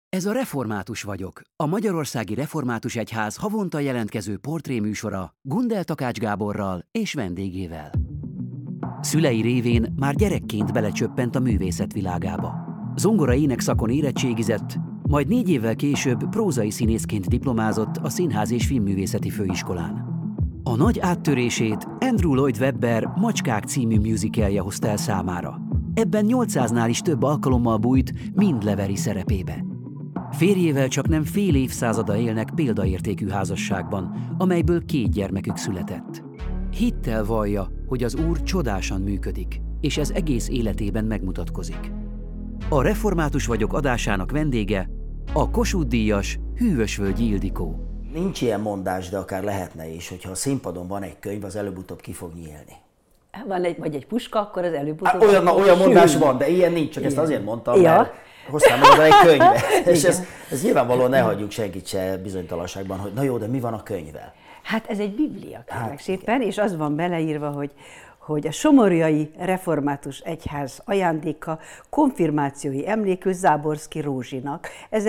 Ez a Református vagyok, a Magyarországi Református Egyház havonta jelentkező portréműsora Gundel Takács Gáborral és vendégével. Szülei révén már gyerekként belecsöppent a művészet világába. Zongora énekszakon érettségizett, majd 4 évvel később prózai színészként diplomázott a Színház és Filmművészeti Főiskolán. A nagy áttörését Andrew Lloyd Webber Macskák című musicalje hozta el számára. Ebben 800-nál is több alkalommal bújt mind leveri szerepébe. Férjével csak nem fél évszázada élnek példaértékű házasságban, amelyből 2 gyermekük született. Hittel vallja, hogy az Úr csodásan működik, és ez egész életében megmutatkozik. A Református vagyok adásának vendége a Kossuth-díjas Hűvösvölgyi Ildikó. Nincs ilyen mondás, de akár lehetne is, hogyha a színpadon van egy könyv, az előbb-utóbb ki fog nyílni. Van egy puska, akkor az előbb-utóbb... Olyan mondás van, de ilyen nincs, csak ezt azért mondtam, mert hoztam magad egy könyvet. És ez nyilvánvalóan ne hagyjuk senkit se bizonytalanságban, hogy na jó, de mi van a könyvvel? Hát ez egy biblia, kérlek szépen, és az van beleírva, hogy a Somorjai Református Egyház ajándéka konfirmációi emlékű Záborszky Rózsinak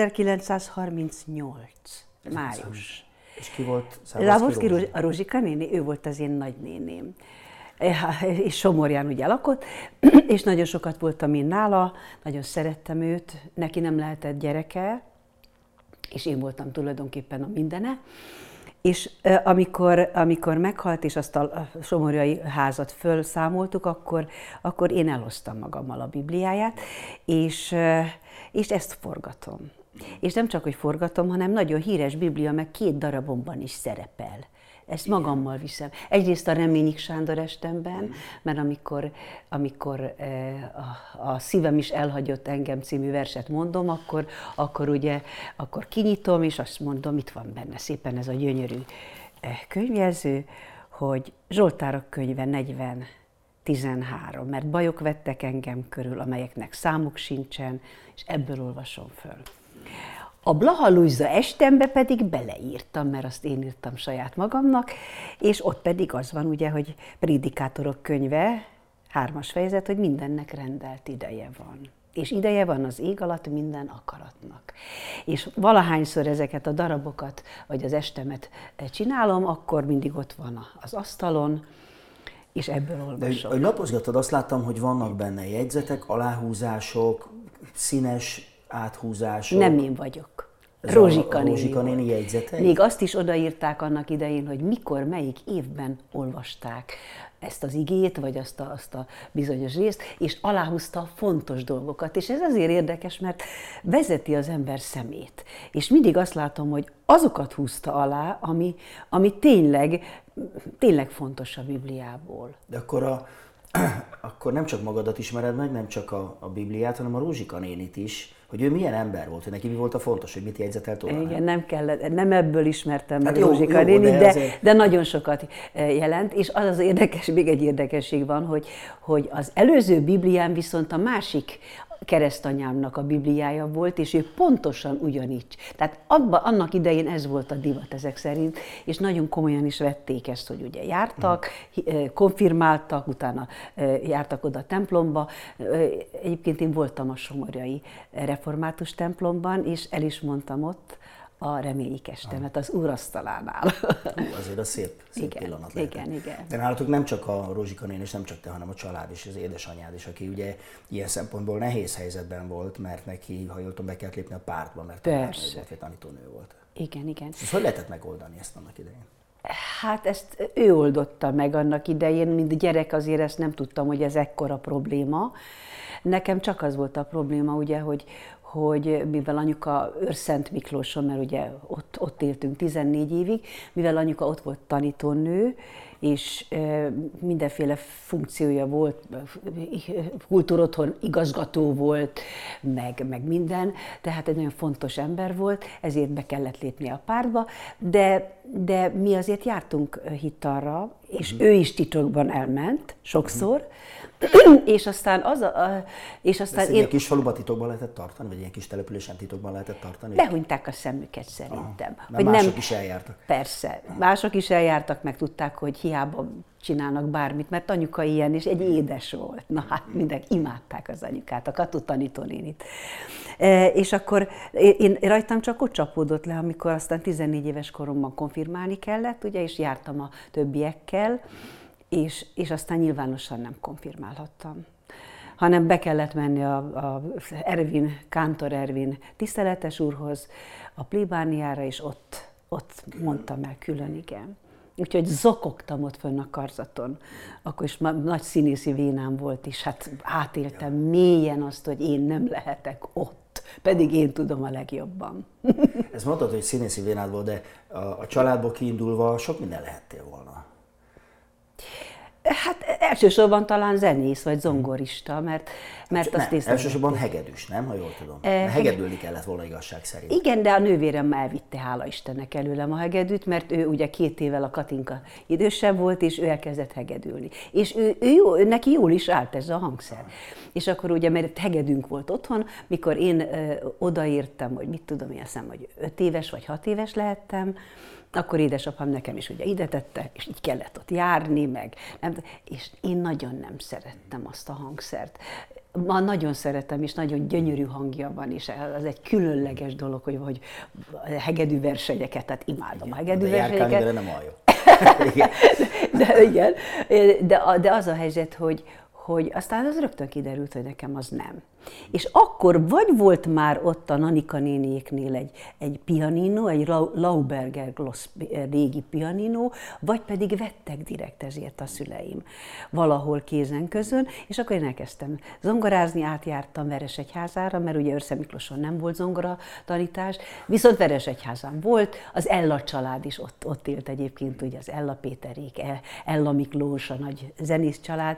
1938. május. És ki volt Záborszky Rózsi? A Rózsika néni, ő volt az én nagynéném. És Somorján ugye lakott, és nagyon sokat voltam én nála, nagyon szerettem őt, neki nem lehetett gyereke, és én voltam tulajdonképpen a mindene. És amikor meghalt, és azt a somorjai házat fölszámoltuk, akkor én elhoztam magammal a Bibliáját, és ezt forgatom. És nem csak, hogy forgatom, hanem nagyon híres Biblia, meg 2 darabomban is szerepel. Ezt magammal viszem. Egyrészt a Reményik Sándor estemben, mert amikor a Szívem is elhagyott engem című verset mondom, akkor kinyitom, és azt mondom, itt van benne szépen ez a gyönyörű könyvjelző, hogy Zsoltárok könyve 40:13, mert bajok vettek engem körül, amelyeknek számuk sincsen, és ebből olvasom föl. A Blaha Lujza estembe pedig beleírtam, mert azt én írtam saját magamnak, és ott pedig az van ugye, hogy Prédikátorok könyve, 3. fejezet, hogy mindennek rendelt ideje van. És ideje van az ég alatt minden akaratnak. És valahányszor ezeket a darabokat, vagy az estemet csinálom, akkor mindig ott van az asztalon, és ebből olvasom. De hogy lapozgattad, azt láttam, hogy vannak benne jegyzetek, aláhúzások, színes áthúzások. Nem én vagyok. Rózsika néni jegyzetei? Még azt is odaírták annak idején, hogy mikor, melyik évben olvasták ezt az igét, vagy azt a bizonyos részt, és aláhúzta a fontos dolgokat. És ez azért érdekes, mert vezeti az ember szemét. És mindig azt látom, hogy azokat húzta alá, ami tényleg fontos a Bibliából. De akkor nem csak magadat ismered meg, nem csak a Bibliát, hanem a Rózsika nénit is, hogy ő milyen ember volt, hogy neki mi volt a fontos, hogy mit jegyzetelt volna. Igen, nem ebből ismertem meg Rózsika nénit, de nagyon sokat jelent, és az érdekes, még egy érdekesség van, hogy az előző Biblián viszont a másik keresztanyámnak a Bibliája volt, és ő pontosan ugyanígy. Tehát annak idején ez volt a divat ezek szerint, és nagyon komolyan is vették ezt, hogy ugye jártak, konfirmáltak, utána jártak oda a templomba. Egyébként én voltam a Somorjai Református templomban, és el is mondtam ott a Reményik estemet az úrasztalánál. Azért a szép pillanat lehet. Igen. De nálatok nem csak a Rózsika néni, és nem csak te, hanem a család és az édesanyád is, aki ugye ilyen szempontból nehéz helyzetben volt, mert neki, ha jól tudom, be kellett lépni a pártba, mert tanítónő volt. Igen. Ezt hogy lehetett megoldani ezt annak idején? Hát ezt ő oldotta meg annak idején, mint gyerek azért ezt nem tudtam, hogy ez ekkora probléma. Nekem csak az volt a probléma, ugye, hogy mivel anyuka Őrszent Miklóson, mert ugye ott éltünk 14 évig, mivel anyuka ott volt tanítónő, és mindenféle funkciója volt, kultúrotthon igazgató volt, meg minden, tehát egy nagyon fontos ember volt, ezért be kellett lépni a pártba, de mi azért jártunk hittalra, és ő is titokban elment sokszor, és aztán Ezt ilyen kis faluban titokban lehetett tartani, vagy ilyen kis településen titokban lehetett tartani? Behunyták a szemüket szerintem. Hogy mások is eljártak. Persze, mások is eljártak, meg tudták, hogy hiába csinálnak bármit, mert anyuka ilyen, és egy édes volt. Na hát mindenki imádták az anyukát, a Katu tanítónénit. És akkor én rajtam csak ott csapódott le, amikor aztán 14 éves koromban konfirmálni kellett, ugye, és jártam a többiekkel, és aztán nyilvánosan nem konfirmálhattam, hanem be kellett menni a Kántor Ervin tiszteletes úrhoz, a plébániára, és ott mondtam el külön igen. Úgyhogy zokogtam ott fönn a karzaton. Akkor is nagy színészi vénám volt, és hát átéltem mélyen azt, hogy én nem lehetek ott, pedig én tudom a legjobban. Ezt mondtad, hogy színészi vénád volt, de a családból kiindulva sok minden lehettél volna. Hát elsősorban talán zenész vagy zongorista, mert azt nem, elsősorban hegedűs, nem? Ha jól tudom. Hegedülni kellett volna igazság szerint. Igen, de a nővérem elvitte, hála Istennek, előlem a hegedűt, mert ő ugye 2 évvel a Katinka idősebb volt, és ő elkezdett hegedülni. És neki jól is állt ez a hangszer. És akkor ugye, mert hegedünk volt otthon, mikor én odaértem, hogy mit tudom, én azt hiszem, hogy 5 éves vagy 6 éves lehettem, akkor édesapám nekem is ugye ide tette, és így kellett ott járni, meg nem, és én nagyon nem szerettem azt a hangszert. Ma nagyon szeretem, és nagyon gyönyörű hangja van, és az egy különleges dolog, hogy hegedű versenyeket, tehát imádom a hegedű versenyeket. De járkálni, de nem halljuk. Igen, de az a helyzet, hogy aztán az rögtön kiderült, hogy nekem az nem. És akkor vagy volt már ott a Nanika néniéknél egy pianino, egy Lauberger Gloss régi pianino, vagy pedig vettek direkt ezért a szüleim valahol kézen közön, és akkor én elkezdtem zongorázni, átjártam Veresegyházára, mert ugye Őrsze Miklóson nem volt zongoratanítás, viszont Veresegyházán volt, az Ella család is ott élt egyébként, ugye az Ella Péterék, Ella Miklós, a nagy zenész család,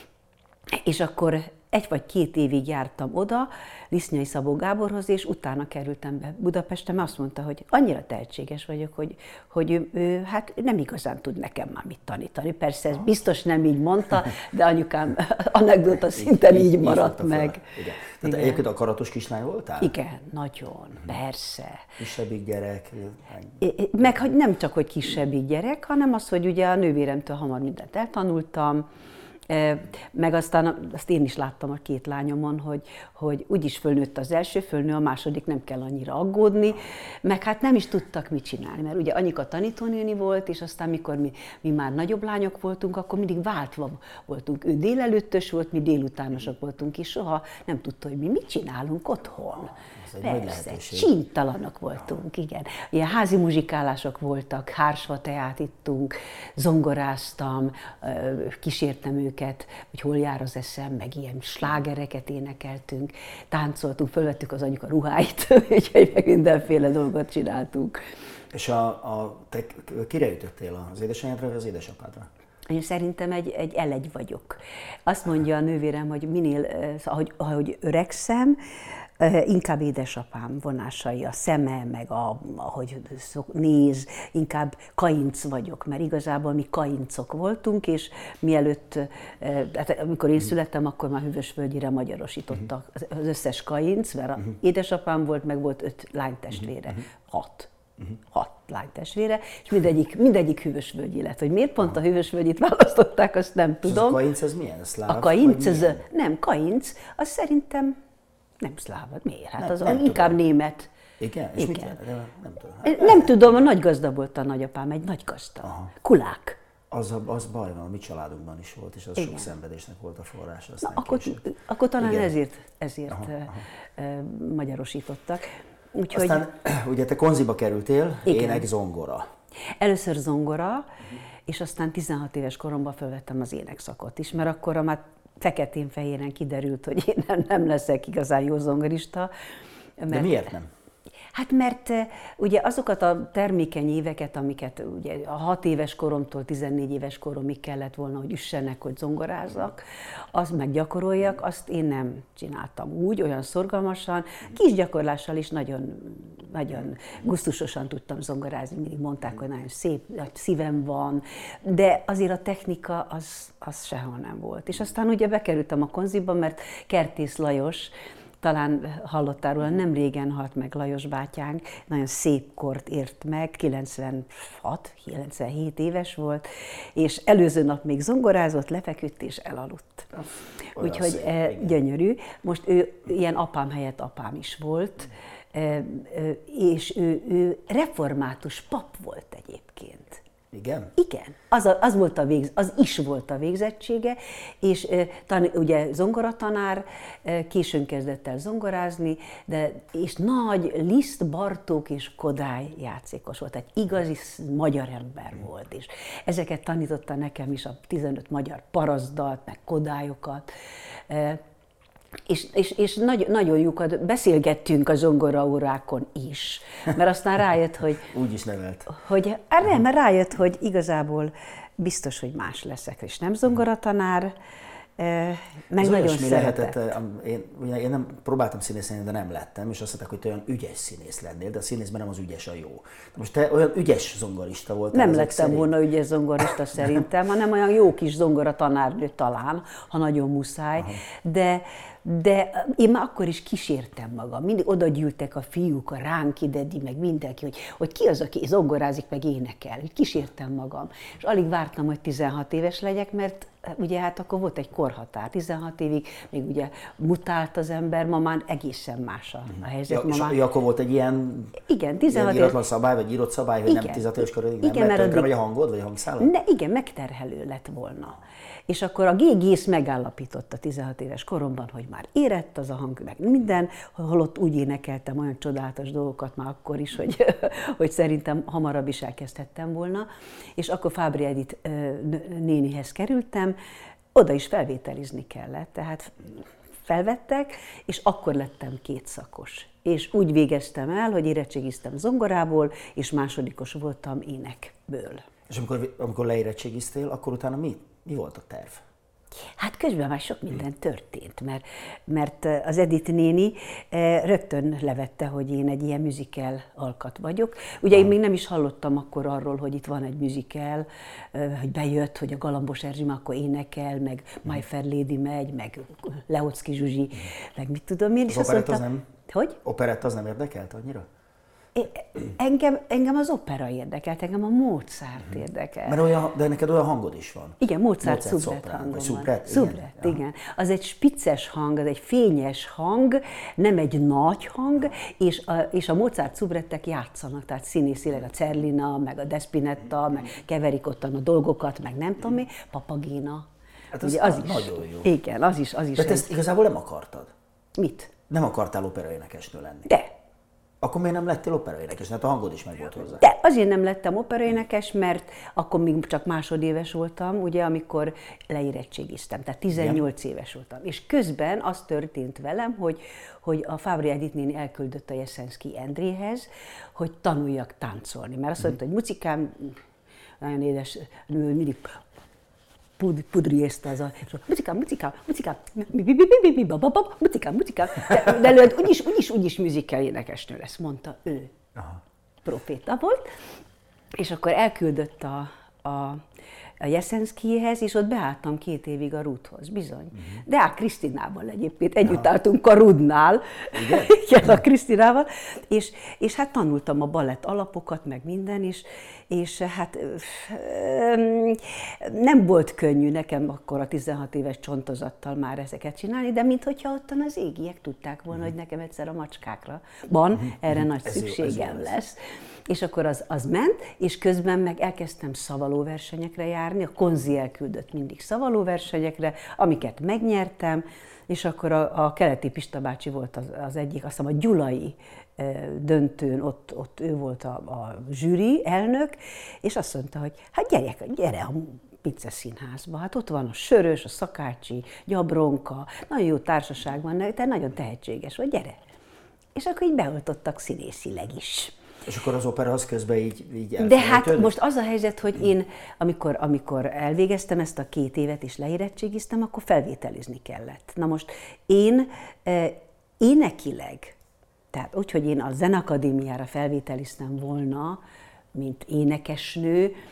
és akkor 1 vagy 2 évig jártam oda, Lisznyai Szabó Gáborhoz, és utána kerültem be Budapestre, mert azt mondta, hogy annyira tehetséges vagyok, hogy ő hát nem igazán tud nekem már mit tanítani. Persze ez biztos nem így mondta, de anyukám anekdota szinten így maradt meg. Igen. Tehát egyébként a karatos kislány voltál? Igen, nagyon, persze. Kisebbik gyerek? Meg hogy nem csak, hogy kisebbik gyerek, hanem az, hogy ugye a nővéremtől hamar mindent eltanultam, meg aztán azt én is láttam a 2 lányomon, hogy úgyis fölnőtt az első, fölnő a második, nem kell annyira aggódni, meg hát nem is tudtak mit csinálni, mert ugye anyuka tanítónéni volt, és aztán mikor mi már nagyobb lányok voltunk, akkor mindig váltva voltunk. Ő délelőttös volt, mi délutánosok voltunk, és soha nem tudta, hogy mi mit csinálunk otthon. Persze, csíntalanok voltunk, igen. Ilyen házi muzsikálások voltak, hársva teát ittunk, zongoráztam, kísértem őket, hogy hol jár az eszem, meg ilyen slágereket énekeltünk, táncoltunk, fölvettük az anyuka ruháit, úgyhogy meg mindenféle dolgot csináltunk. És te kire ütöttél, az édesanyádra vagy az édesapádra? Én szerintem egy elegy vagyok. Azt mondja a nővérem, hogy minél, ahogy öregszem, inkább édesapám vonásai, a szeme, meg ahogy néz, inkább kainc vagyok, mert igazából mi kaincok voltunk, és mielőtt, tehát amikor én születtem, akkor már Hűvösvölgyire magyarosítottak az összes kainc, mert édesapám volt, meg volt 5 lánytestvére, 6 lánytestvére, és mindegyik Hűvösvölgyi lett. Hogy miért pont a Hűvösvölgyit választották, azt nem tudom. A kainc ez milyen? Szláv? A kainc, nem, kainc, az szerintem nem szláv, miért? Hát az inkább tudom. Német. Igen? És mit jelent? Nem tudom. Nem tudom, a nagy gazda volt a nagyapám, egy nagy gazda. Aha. Kulák. Az baj van, a mi családunkban is volt, és az igen. Sok szenvedésnek volt a forrása. Akkor talán igen. ezért magyarosítottak. Úgyhogy... Aztán ugye te konziba kerültél, ének, zongora. Először zongora, és aztán 16 éves koromban felvettem az énekszakot is, mert akkor már feketén-fehéren kiderült, hogy én nem leszek igazán jó zongorista. De miért nem? Hát mert ugye azokat a termékeny éveket, amiket ugye a 6 éves koromtól 14 éves koromig kellett volna, hogy üssenek, hogy zongorázzak, azt meg gyakoroljak, azt én nem csináltam úgy, olyan szorgalmasan, kis gyakorlással is nagyon gusztusosan tudtam zongorázni, mindig mondták, hogy nagyon szép, nagy szívem van, de azért a technika az sehol nem volt. És aztán ugye bekerültem a konziba, mert Kertész Lajos, talán hallottál róla, nem régen halt meg Lajos bátyánk, nagyon szép kort ért meg, 96-97 éves volt, és előző nap még zongorázott, lefeküdt és elaludt. Úgyhogy gyönyörű. Most ő ilyen apám helyett apám is volt, és ő református pap volt egyébként. Igen? Igen, az is volt a végzettsége, és ugye zongoratanár, későn kezdett el zongorázni, és nagy Liszt, Bartók és Kodály játékos volt, egy igazi magyar ember volt, és ezeket tanította nekem is a 15 magyar parasztdalt, meg Kodályokat, és nagyon jókat beszélgettünk a zongoraórákon is, mert aztán rájött, hogy... Úgy is nevelt. Mert rájött, hogy igazából biztos, hogy más leszek, és nem zongoratanár, meg nagyon szeretett. Én nem próbáltam színészni, de nem lettem, és azt mondták, hogy te olyan ügyes színész lennél, de a színészben nem az ügyes a jó. De most te olyan ügyes zongorista voltál. Nem lettem volna ügyes zongorista szerintem, hanem olyan jó kis zongoratanárnő talán, ha nagyon muszáj, de én már akkor is kísértem magam. Mindig oda gyűltek a fiúk, a Ránki Dedi, meg mindenki, hogy ki az, aki zongorázik, meg énekel. Kísértem magam. És alig vártam, hogy 16 éves legyek, mert ugye hát akkor volt egy korhatár, 16 évig, még ugye mutált az ember, ma már egészen más a helyzet. És akkor volt egy ilyen, igen, 16 íratlan szabály, vagy írott szabály, hogy nem 16 éves korig nem lehet tönkre megy a hangod, vagy a hangszálad? Igen, megterhelő lett volna. És akkor a G.G.-sz megállapította 16 éves koromban, hogy már érett az a hang, meg minden, holott úgy énekeltem olyan csodálatos dolgokat már akkor is, hogy szerintem hamarabb is elkezdhettem volna. És akkor Fábry Edith nénihez kerültem, oda is felvételizni kellett, tehát felvettek, és akkor lettem kétszakos. És úgy végeztem el, hogy érettségiztem zongorából, és másodikos voltam énekből. És amikor leérettségiztél, akkor utána mi volt a terv? Hát közben már sok minden történt, mert az Edith néni rögtön levette, hogy én egy ilyen musical alkat vagyok. Ugye én még nem is hallottam akkor arról, hogy itt van egy musical, hogy bejött, hogy a Galambos Erzsima akkor énekel, meg My Fair Lady megy, meg Leocki Zsuzsi, meg mit tudom én. Az operett az nem? Hogy? Operett az nem érdekelt annyira? Engem az opera érdekelt, engem a Mozart érdekelt. De neked olyan hangod is van. Igen, Mozart szubret hangom van. Szubret, igen. Az egy spicces hang, az egy fényes hang, nem egy nagy hang, és a Mozart szubrettek játszanak, tehát színészileg a Cerlina, meg a Despinetta, meg keverik ottan a dolgokat, meg nem tudom mi, Papagéna. Hát az is nagyon jó. Igen, az is. De te ezt igazából nem akartad? Mit? Nem akartál operaénekesnő lenni? De. Akkor miért nem lettél operaénekes? Hát a hangod is meg volt hozzá. De azért nem lettem operaénekes, mert akkor még csak másodéves voltam, ugye, amikor leérettségiztem, tehát 18 éves voltam. És közben az történt velem, hogy a Fábry Edith néni elküldött a Jeszenszky Endréhez, hogy tanuljak táncolni. Mert azt mondta, hogy Mucikám, nagyon édes, mindig pudriészte az a... Mucikám, de úgyis musical énekesnő lesz, mondta ő. Aha. Proféta volt. És akkor elküldött a Jeszenszkyhez, és ott beálltam 2 évig a Rudhoz, bizony. De Krisztinával egyébként, együtt álltunk a Rudnál, igen, a Krisztinával, és hát tanultam a balett alapokat, meg minden, és hát nem volt könnyű nekem akkor a 16 éves csontozattal már ezeket csinálni, de minthogyha ottan az égiek tudták volna, hogy nekem egyszer a macskákra van, erre nagy szükségem lesz. És akkor az ment, és közben meg elkezdtem szavalóversenyekre járni, a Konzi elküldött mindig szavalóversenyekre, amiket megnyertem, és akkor a Keleti Pista bácsi volt az egyik, azt hiszem a gyulai döntőn, ott ő volt a zsűri elnök, és azt mondta, hogy hát gyere a Pince Színházba, hát ott van a Sörös, a Szakácsi, Gyabronka, nagyon jó társaság van, te nagyon tehetséges vagy, gyere. És akkor így beoltottak színészileg is. És akkor az opera az közben így elfelejtődött? De hát most az a helyzet, hogy én, amikor elvégeztem ezt a 2 évet és leérettségiztem, akkor felvételizni kellett. Na most én énekileg, tehát úgy, hogy én a Zeneakadémiára felvételiztem volna, mint énekesnő,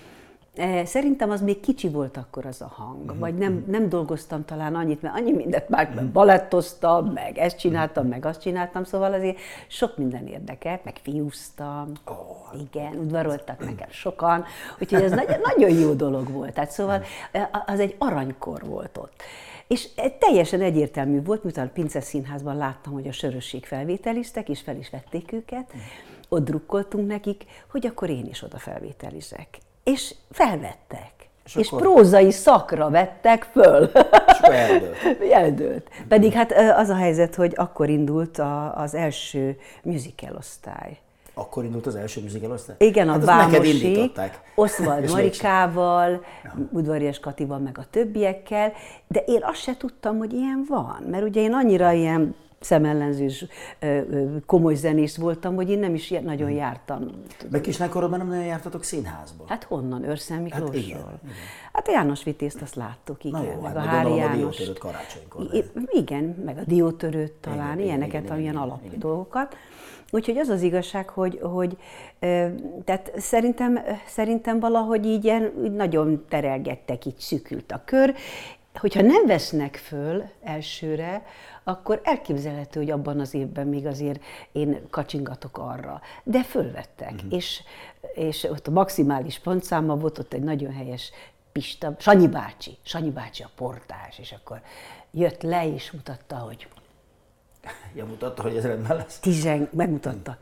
Szerintem az még kicsi volt akkor az a hang, vagy nem dolgoztam talán annyit, mert annyi mindent már balettoztam, meg ezt csináltam, meg azt csináltam, szóval azért sok minden érdekelt, meg fiúztam, igen, udvaroltak nekem sokan, úgyhogy ez nagyon jó dolog volt, tehát szóval az egy aranykor volt ott. És teljesen egyértelmű volt, miután a Pince Színházban láttam, hogy a Sörösség felvételiztek, és fel is vették őket, ott drukkoltunk nekik, hogy akkor én is oda felvételizek. És felvettek. És prózai szakra vettek föl. És akkor eldőlt. Eldőlt. Pedig hát az a helyzet, hogy akkor indult az első musical osztály. Akkor indult az első musical osztály? Igen, hát a Vámosi, Oswald Marikával, Udvarias Katival, meg a többiekkel, de én azt se tudtam, hogy ilyen van, mert ugye én annyira ilyen szemellenzős, komoly zenész voltam, hogy én nem is nagyon jártam. Meg kislánykorodban nem nagyon jártatok színházba? Hát honnan? Őrszen Miklósról? Hát igen. Hát a János Vitézt azt láttuk, igen. Na jó, meg hát a Hári János. A diótörőt karácsonykor. Igen, meg a diótörőt talán, igen, ilyeneket, igen, ilyen igen, alap igen. dolgokat. Úgyhogy az az igazság, hogy tehát szerintem valahogy így nagyon terelgettek, így szűkült a kör. Hogyha nem vesznek föl elsőre, akkor elképzelhető, hogy abban az évben még azért én kacsingatok arra. De fölvettek, és ott a maximális pontszáma volt, ott egy nagyon helyes Pista, Sanyi bácsi a portás, és akkor jött le és mutatta, hogy... Ja, mutatta, hogy ez rendben lesz? Megmutatta.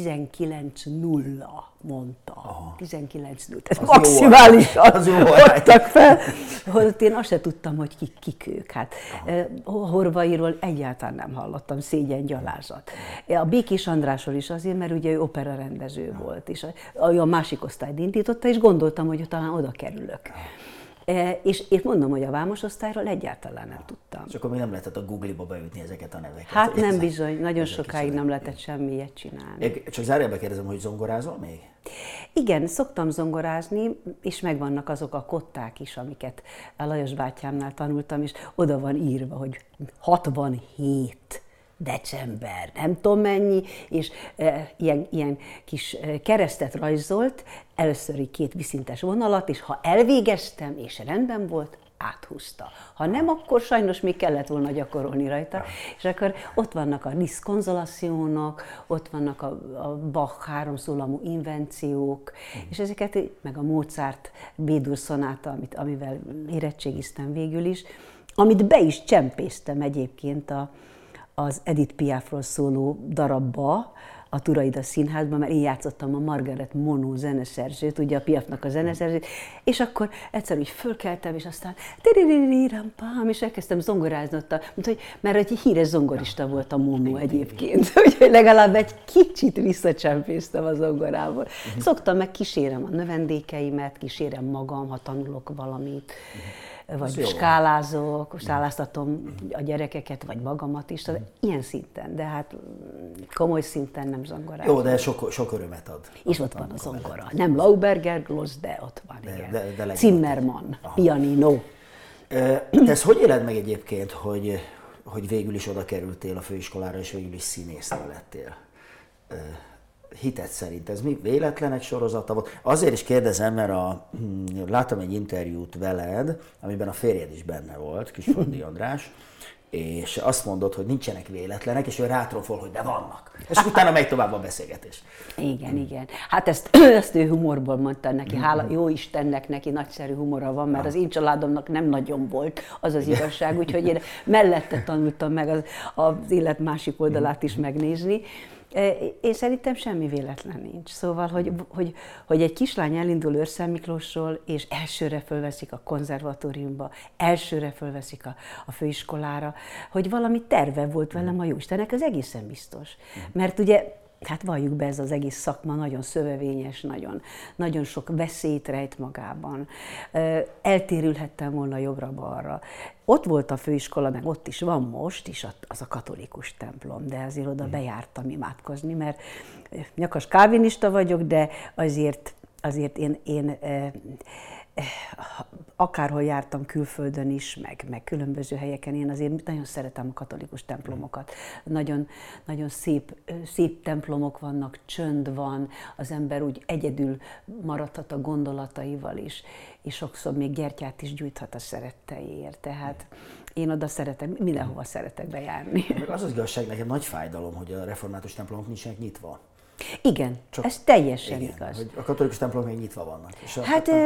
19-0, mondta. 19-0. Tehát Az maximálisan hoztak fel. Holott én azt se tudtam, hogy kik ők. Hát Horvairól egyáltalán nem hallottam, szégyen, gyalázat. A Békés Andrásról is azért, mert ugye ő operarendező volt, és a másik osztályt indította, és gondoltam, hogy talán oda kerülök. És mondom, hogy a Vámos osztályról egyáltalán nem tudtam. És akkor még nem lehetett a Google-ba beütni ezeket a neveket. Hát nem bizony, nagyon sokáig nem lehetett semmi ilyet csinálni. Csak zárójelbe kérdezem, hogy zongorázol még? Igen, szoktam zongorázni, és megvannak azok a kották is, amiket a Lajos bátyámnál tanultam, és oda van írva, hogy 67 december, nem tudom mennyi, és ilyen kis keresztet rajzolt, először így 2 viszintes vonalat, és ha elvégeztem, és rendben volt, áthúzta. Ha nem, akkor sajnos még kellett volna gyakorolni rajta. És akkor ott vannak a Lis Consolaciónok, ott vannak a Bach 3 szólamú invenciók, és ezeket, meg a Mozart B-dur szonáta, amivel érettségiztem végül is, amit be is csempésztem egyébként az Edith Piafról szóló darabba, a Turaida Színházban, mert én játszottam a Margaret Monod zeneszerzőt, ugye a Piafnak a zeneszerzőt, és akkor egyszer úgy fölkeltem, és aztán és elkezdtem zongorázni ott, mert egy híres zongorista volt a Monod egyébként, úgyhogy legalább egy kicsit visszacsempésztem a zongorából. Szoktam, meg kísérem a növendékeimet, kísérem magam, ha tanulok valamit, vagy skáláztatom a gyerekeket, vagy magamat is, ilyen szinten, de hát komoly szinten nem zongorázom. Jó, de sok örömet ad. És ott van a zongora. Nem Lauberger Gloss, de ott van, igen. De Zimmermann, pianino. Te ezt hogy éled meg egyébként, hogy végül is oda kerültél a főiskolára, és végül is színésznő lettél? Hited szerint ez mi? Véletlenek sorozata volt? Azért is kérdezem, mert láttam egy interjút veled, amiben a férjed is benne volt, Kisfaludi András, és azt mondod, hogy nincsenek véletlenek, és ő rátrofol, hogy de vannak. És utána megy tovább a beszélgetés. Igen. Hát ezt ő humorból mondta neki, hála jó Istennek, neki nagyszerű humora van, mert az én családomnak nem nagyon volt, az az igazság, úgyhogy én mellette tanultam meg az élet másik oldalát is megnézni. Én szerintem semmi véletlen nincs. Szóval, hogy egy kislány elindul Őrszen Miklósról, és elsőre fölveszik a konzervatóriumba, elsőre fölveszik a főiskolára, hogy valami terve volt velem a Jóistennek, az egészen biztos. Mert ugye, hát valljuk be, ez az egész szakma nagyon szövevényes, nagyon sok veszélyt rejt magában. Eltérülhettem volna jobbra-balra. Ott volt a főiskola, meg ott is van most is az a katolikus templom, de azért oda bejártam imádkozni, mert nyakas kálvinista vagyok, de azért én akárhol jártam külföldön is, meg különböző helyeken, én azért nagyon szeretem a katolikus templomokat. Nagyon, nagyon szép templomok vannak, csönd van, az ember úgy egyedül maradhat a gondolataival is, és sokszor még gyertyát is gyújthat a szeretteiért. Tehát én oda szeretem, mindenhova szeretek bejárni. Meg az igazság, nekem nagy fájdalom, hogy a református templomok nincsenek nyitva. Igen, ez teljesen igaz. Hogy a katolikus templomok még nyitva vannak. És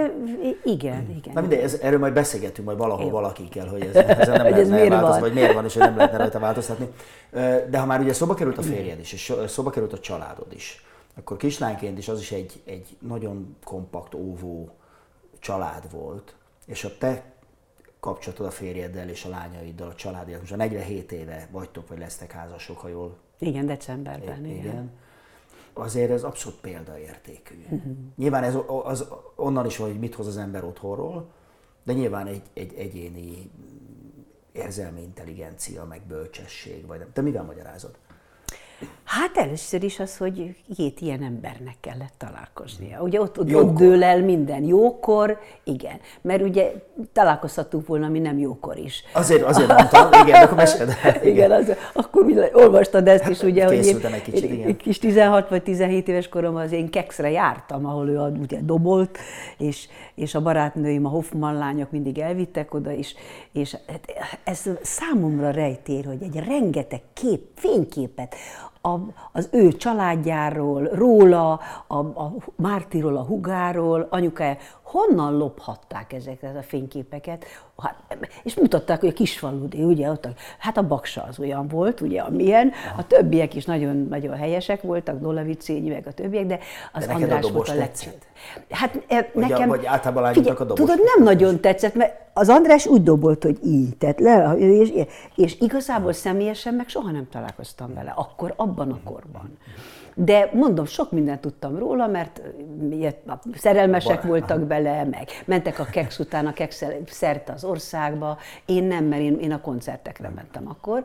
igen. Na mindegy, erről majd beszélgetünk, majd valahol valakikkel, hogy ezen nem lehetne változtatni, vagy miért van, és hogy nem lehetne rajta változtatni. De ha már ugye szóba került a férjed is, és szóba került a családod is, akkor kislányként is az is egy nagyon kompakt, óvó család volt, és a te kapcsolatod a férjeddel és a lányaiddal, a családidat, most a 47 éve vagytok, vagy lesztek házasok, ha jól... Igen, decemberben. Igen. Azért ez abszolút példaértékű. Nyilván ez onnan is van, hogy mit hoz az ember otthonról, de nyilván egy egyéni érzelmi intelligencia, meg bölcsesség, vagy nem. Te mivel magyarázod? Hát először is az, hogy 7 ilyen embernek kellett találkoznia. Ugye ott dől el minden. Jókor, igen. Mert ugye találkozhatunk volna, mi nem jókor is. Azért mondtam, igen, akkor meséld. Igen, akkor olvastad ezt is, ugye, hogy egy kicsit, igen. Kis 16 vagy 17 éves koromban az én Kexre jártam, ahol ő ugye dobolt, és a barátnőim, a Hoffman lányok mindig elvittek oda, és ez számomra rejtér, hogy egy rengeteg fényképet az ő családjáról, róla, a Mártiról, a húgáról, anyukája, honnan lophatták ezeket a fényképeket, és mutatták, hogy a Kisfaludi, ugye, ott hát a Baksa az olyan volt, ugye, amilyen, a többiek is nagyon, nagyon helyesek voltak, Dolavicényi, meg a többiek, de az de András volt a legszebb. Hát nekem... Vagy általában lányoknak a dobos. Tudod, nem nagyon tetszett, mert az András úgy dobolt, hogy így, tehát és igazából személyesen meg soha nem találkoztam vele, akkor abban a korban. De mondom, sok mindent tudtam róla, mert szerelmesek voltak bele, meg mentek a Kex után, a Kex szerte az országba. Én nem, mert én a koncertekre mentem akkor.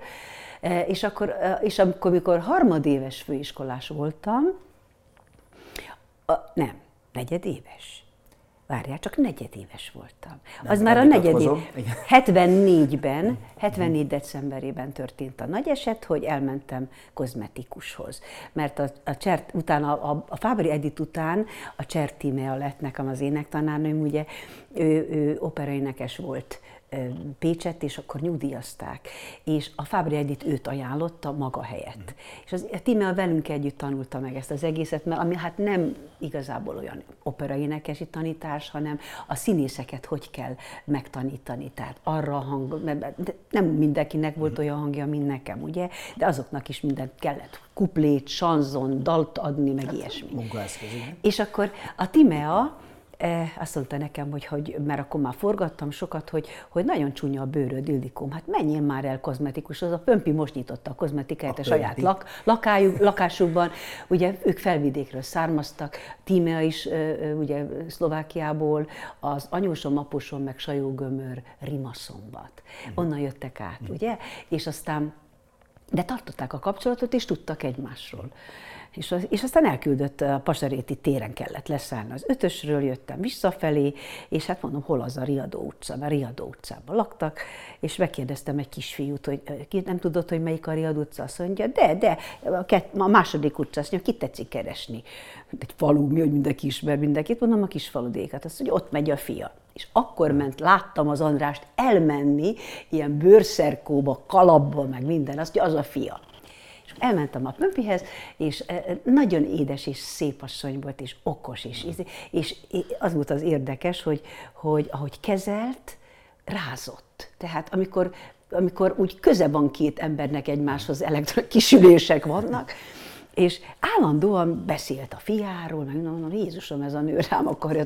És amikor harmadéves főiskolás voltam, nem, negyedéves. Várjál, csak negyedéves voltam. Az már a negyedév. 74 decemberében történt a nagy eset, hogy elmentem kozmetikushoz. Mert a Fábry Edith után a Cser Tímea lett nekem az énektanárnőm, ugye ő operaénekes volt Pécsett, és akkor nyugdíjazták. És a Fábry Edith őt ajánlotta maga helyett. És a Tímea velünk együtt tanulta meg ezt az egészet, mert ami hát nem igazából olyan operaénekesi tanítás, hanem a színészeket hogy kell megtanítani. Tehát arra a hang, nem mindenkinek volt olyan hangja, mint nekem, ugye? De azoknak is mindent kellett. Kuplét, sanzon, dalt adni, meg ilyesmi. És akkor a Tímea azt mondta nekem, hogy mert akkor már forgattam sokat, hogy nagyon csúnya a bőröd, Ildikóm, hát menjél már el kozmetikushoz. A Pömpi most nyitotta a kozmetikáját a saját lakásukban. Ugye ők Felvidékről származtak, Tímea is ugye Szlovákiából, az anyósom, apusom meg Sajógömör, Rimaszombat. Onnan jöttek át, ugye? És aztán, de tartották a kapcsolatot, és tudtak egymásról. És aztán elküldött, a Pasaréti téren kellett leszállni az 5-ösről, jöttem visszafelé, és hát mondom, hol az a Riadó utca, mert Riadó utcában laktak, és megkérdeztem egy kisfiút, hogy nem tudod, hogy melyik a Riadó utca, azt mondja, de, a második utca, azt mondja, kit tetszik keresni? Egy falu, mi, hogy mindenki ismer mindenkit, mondom, a Kisfaludékat, azt mondja, ott megy a fia. És akkor láttam az Andrást elmenni, ilyen bőrszerkóba, kalapba, meg minden, azt mondja, az a fia. Elmentem a Pömpihez, és nagyon édes és szép asszony volt, és okos is. És az volt az érdekes, hogy ahogy kezelt, rázott. Tehát amikor úgy köze van két embernek egymáshoz, kisülések vannak, és állandóan beszélt a fiáról, meg mondom, Jézusom, ez a nő rám akarja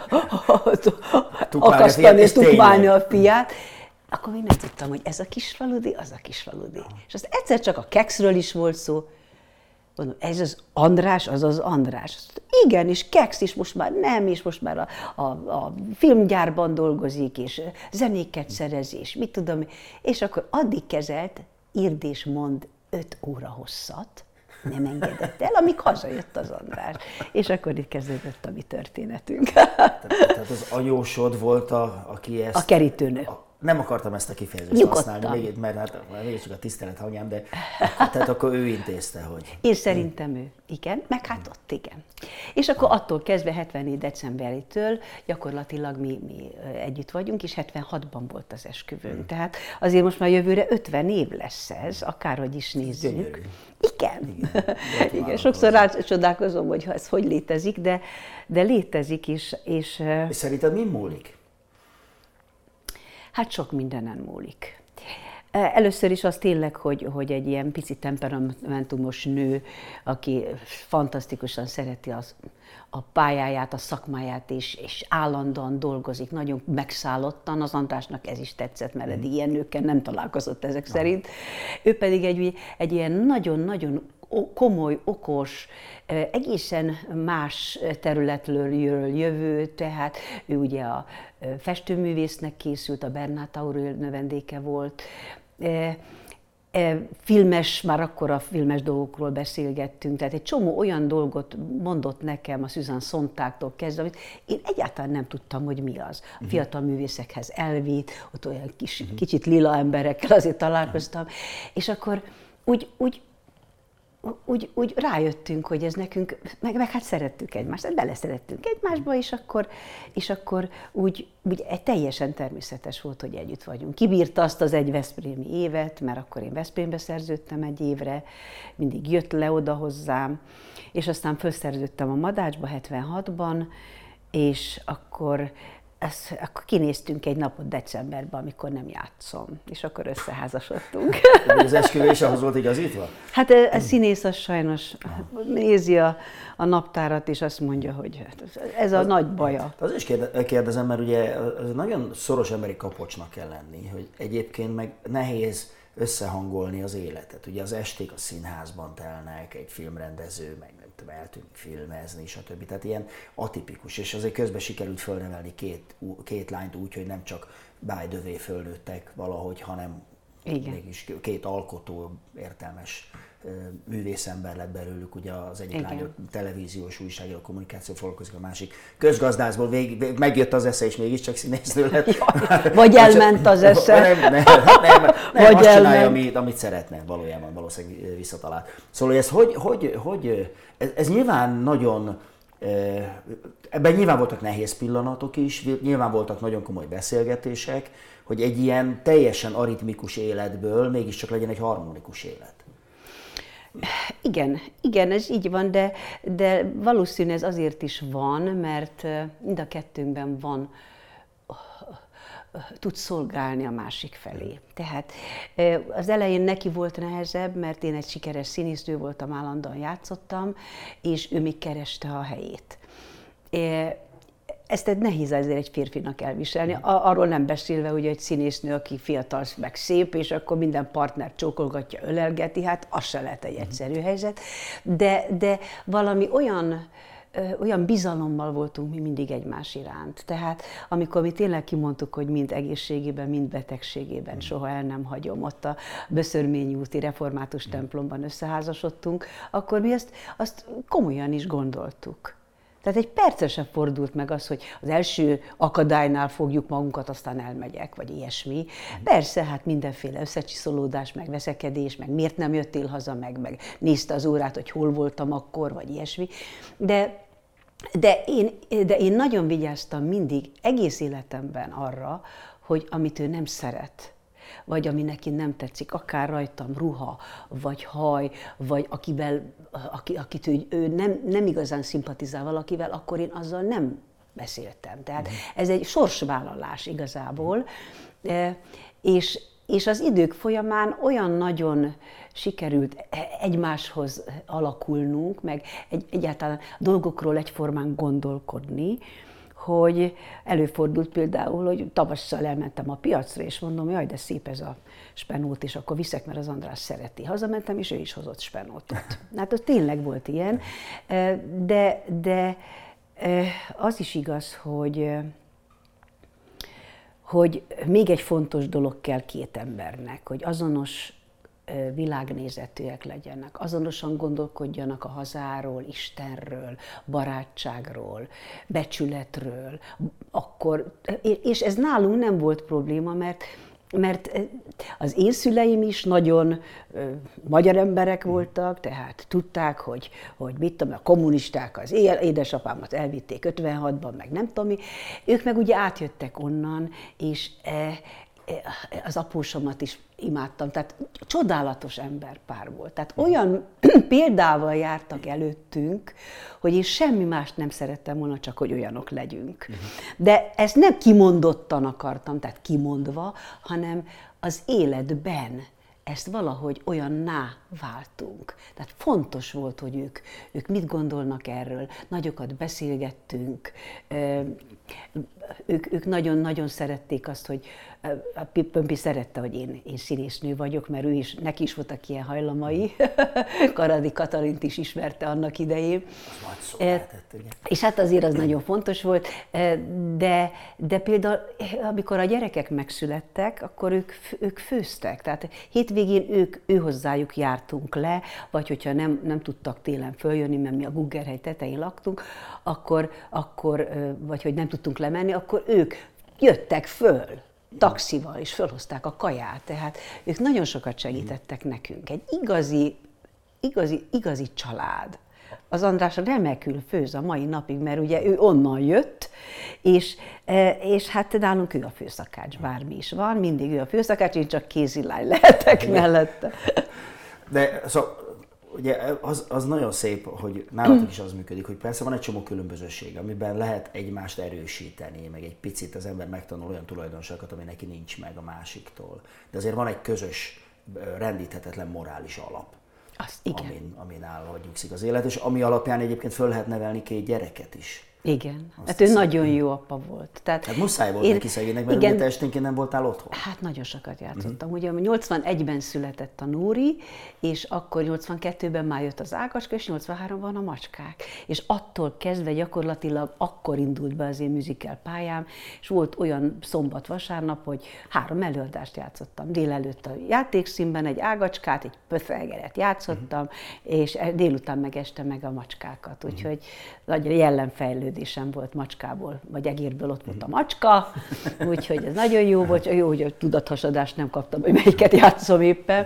akasztani és tukmálni a fiát. Akkor még nem tudtam, hogy ez a Kisfaludi, az a Kisfaludi. És azt egyszer csak a Kexről is volt szó. Mondom, ez az András, az az András. Igen, és Kex is most már nem, és most már a filmgyárban dolgozik, és zenéket szerez, és mit tudom. És akkor addig kezelt, írd és mond 5 óra hosszat, Nem engedett el, amíg hazajött az András. És akkor itt kezdődött a mi történetünk. Tehát az anyósod volt, aki ezt... A kerítőnő. Nem akartam ezt a kifejezést használni, mert mégiscsak a tisztelet hangján, de tehát akkor ő intézte, hogy... Én szerintem ő, igen, meg hát ott igen. És akkor attól kezdve 74. decemberétől gyakorlatilag mi együtt vagyunk, és 76-ban volt az esküvőnk. Tehát azért most már jövőre 50 év lesz ez, akárhogy is nézzük. Gyönyörű. Igen. Igen. Sokszor rácsodálkozom, hogy ez hogy létezik, de létezik is. És szerinted mi múlik? Hát sok mindenen múlik. Először is az tényleg, hogy egy ilyen pici temperamentumos nő, aki fantasztikusan szereti a pályáját, a szakmáját, és állandóan dolgozik, nagyon megszállottan. Az Andrásnak ez is tetszett, mert eddig ilyen nőkkel nem találkozott ezek szerint. Ő pedig egy ilyen nagyon-nagyon komoly, okos, egészen más területről jövő, tehát ő ugye a festőművésznek készült, a Bernát Aurel növendéke volt, filmes, már akkor a filmes dolgokról beszélgettünk, tehát egy csomó olyan dolgot mondott nekem a Susan Sontagtól kezdve, amit én egyáltalán nem tudtam, hogy mi az. A fiatal művészekhez elvitt, ott olyan kicsit lila emberekkel azért találkoztam, és akkor úgy rájöttünk, hogy ez nekünk, meg hát szerettük egymást, hát beleszerettünk egymásba, és akkor úgy egy teljesen természetes volt, hogy együtt vagyunk. Kibírta azt az egy veszprémi évet, mert akkor én Veszprémbe szerződtem egy évre, mindig jött le oda hozzám, és aztán felszerződtem a Madácsba 76-ban, és akkor kinéztünk egy napot decemberben, amikor nem játszom, és akkor összeházasodtunk. Az esküvő is ahhoz volt igazítva? Hát a színész az sajnos nézi a naptárat, és azt mondja, hogy ez a nagy baja. Az is kérdezem, mert ugye nagyon szoros emberi kapocsnak kell lenni, hogy egyébként meg nehéz összehangolni az életet. Ugye az esték a színházban telnek, egy filmrendező, meg nem tudom, eltűnik filmezni, stb. Tehát ilyen atipikus, és azért közben sikerült fölnevelni két lányt úgy, hogy nem csak by the way fölnőttek valahogy, hanem mégis két alkotó, értelmes művészember lett belőlük, ugye az egyik lány televíziós újságíró, kommunikáció foglalkozik, a másik közgazdászból megjött az esze, és mégiscsak színésznő lett. Vagy elment az esze. Nem, azt csinálja, amit szeretne valójában, valószínűleg visszatalált. Szóval ez nyilván nagyon, ebben nyilván voltak nehéz pillanatok is, nyilván voltak nagyon komoly beszélgetések, hogy egy ilyen teljesen aritmikus életből mégiscsak legyen egy harmonikus élet. Igen, ez így van, de valószínű ez azért is van, mert mind a kettőnkben tud szolgálni a másik felé. Tehát az elején neki volt nehezebb, mert én egy sikeres színésznő voltam, állandóan játszottam, és ő még kereste a helyét. Ezt nehéz azért egy férfinak elviselni, arról nem beszélve, hogy egy színésznő, aki fiatal, meg szép, és akkor minden partner csókolgatja, ölelgeti, hát az se lehet egy egyszerű helyzet, de valami olyan bizalommal voltunk mi mindig egymás iránt. Tehát amikor mi tényleg kimondtuk, hogy mind egészségében, mind betegségében soha el nem hagyom, ott a Böszörményi úti református templomban összeházasodtunk, akkor mi azt komolyan is gondoltuk. Tehát egy percre sem fordult meg az, hogy az első akadálynál fogjuk magunkat, aztán elmegyek, vagy ilyesmi. Persze, hát mindenféle összecsiszolódás, meg veszekedés, meg miért nem jöttél haza, meg nézte az órát, hogy hol voltam akkor, vagy ilyesmi. De én nagyon vigyáztam mindig, egész életemben arra, hogy amit ő nem szeret, vagy ami neki nem tetszik, akár rajtam ruha, vagy haj, vagy akit ő nem igazán szimpatizál valakivel, akkor én azzal nem beszéltem. Tehát ez egy sorsvállalás igazából, és az idők folyamán olyan nagyon sikerült egymáshoz alakulnunk, meg egyáltalán dolgokról egyformán gondolkodni, hogy előfordult például, hogy tavasszal elmentem a piacra, és mondom, jaj, de szép ez a spenót, és akkor viszek, mert az András szereti. Hazamentem, és ő is hozott spenótot. Hát az tényleg volt ilyen, de az is igaz, hogy még egy fontos dolog kell két embernek, hogy azonos világnézetűek legyenek, azonosan gondolkodjanak a hazáról, Istenről, barátságról, becsületről, akkor, és ez nálunk nem volt probléma, mert az én szüleim is nagyon magyar emberek voltak, tehát tudták, hogy mit tudom, a kommunisták az édesapámat elvitték 56-ban, meg nem tudom mi. Ők meg ugye átjöttek onnan, és az apósomat is imádtam, tehát csodálatos emberpár volt. Tehát olyan példával jártak előttünk, hogy én semmi mást nem szerettem volna, csak hogy olyanok legyünk. De ezt nem kimondottan akartam, tehát kimondva, hanem az életben ezt valahogy olyanná váltunk. Tehát fontos volt, hogy ők mit gondolnak erről, nagyokat beszélgettünk, ők nagyon-nagyon szerették azt, hogy a Pömpi szerette, hogy én színésznő vagyok, mert neki is voltak ilyen hajlamai. Karadi Katalint is ismerte annak idején. Nagy szó lehetett, ugye? És hát azért az nagyon fontos volt, de például amikor a gyerekek megszülettek, akkor ők főztek. Tehát hétvégén ő hozzájuk jártunk le, vagy hogyha nem tudtak télen följönni, mert mi a Guggerhely tetején laktunk, akkor vagy hogy nem tudtunk lemenni, akkor ők jöttek föl taxival, és fölhozták a kaját. Tehát ők nagyon sokat segítettek nekünk. Egy igazi család. Az András remekül főz a mai napig, mert ugye ő onnan jött, és hát nálunk ő a főszakács, bármi is van, mindig ő a főszakács, én csak kézilány lehetek mellette. De szóval, ugye az nagyon szép, hogy nálatok is az működik, hogy persze van egy csomó különbözőség, amiben lehet egymást erősíteni, meg egy picit az ember megtanul olyan tulajdonságokat, ami neki nincs meg a másiktól. De azért van egy közös, rendíthetetlen morális alap, amin áll, hogy nyugszik az élet, és ami alapján egyébként föl lehet nevelni 2 gyereket is. Igen, hát ő nagyon jó apa volt. Hát muszáj volt neki szegénynek, mert ugye te esténként nem voltál otthon. Hát nagyon sokat játszottam. Ugye 81-ben született a Nóri, és akkor 82-ben már jött az Ágacska, és 83-ban a Macskák. És attól kezdve gyakorlatilag akkor indult be az én musical pályám, és volt olyan szombat-vasárnap, hogy 3 előadást játszottam. Délelőtt a játékszínben egy Ágacskát, egy Pöfelgeret játszottam, és délután meg este meg a Macskákat. Úgyhogy nagy jellemfejlődésem volt macskából, vagy egérből ott volt a macska, úgyhogy ez nagyon jó volt, jó, hogy a tudathasadást nem kaptam, hogy melyiket játszom éppen.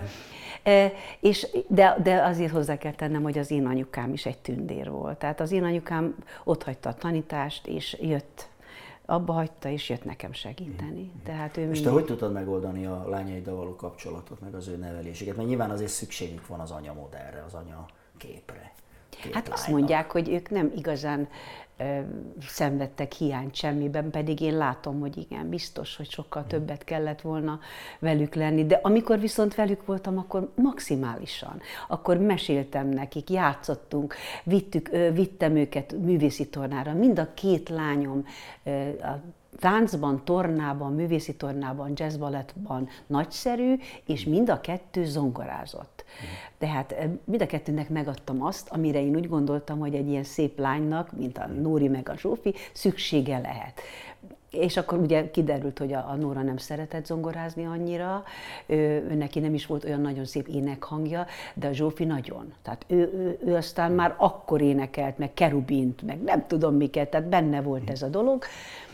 De azért hozzá kell tennem, hogy az én anyukám is egy tündér volt. Tehát az én anyukám otthagyta a tanítást, és abba hagyta, és jött nekem segíteni. Tehát és te hogy tudtad megoldani a lányaiddal való kapcsolatot, meg az ő nevelésüket? Mert nyilván azért szükségük van az anya modellre, az anya képre. Hát azt mondják, hogy ők nem igazán szenvedtek hiányt semmiben, pedig én látom, hogy igen, biztos, hogy sokkal többet kellett volna velük lenni, de amikor viszont velük voltam, akkor maximálisan. Akkor meséltem nekik, játszottunk, vittem őket művészi tornára. Mind a 2 lányom a táncban, tornában, művészi tornában, jazzbalettban nagyszerű, és mind a 2 zongorázott. Tehát mind a 2-nek megadtam azt, amire én úgy gondoltam, hogy egy ilyen szép lánynak, mint a Nóri meg a Zsófi, szüksége lehet. És akkor ugye kiderült, hogy a Nóra nem szeretett zongorázni annyira, ő neki nem is volt olyan nagyon szép énekhangja, de a Zsófi nagyon. Tehát ő aztán már akkor énekelt, meg Kerubint, meg nem tudom miket, tehát benne volt ez a dolog.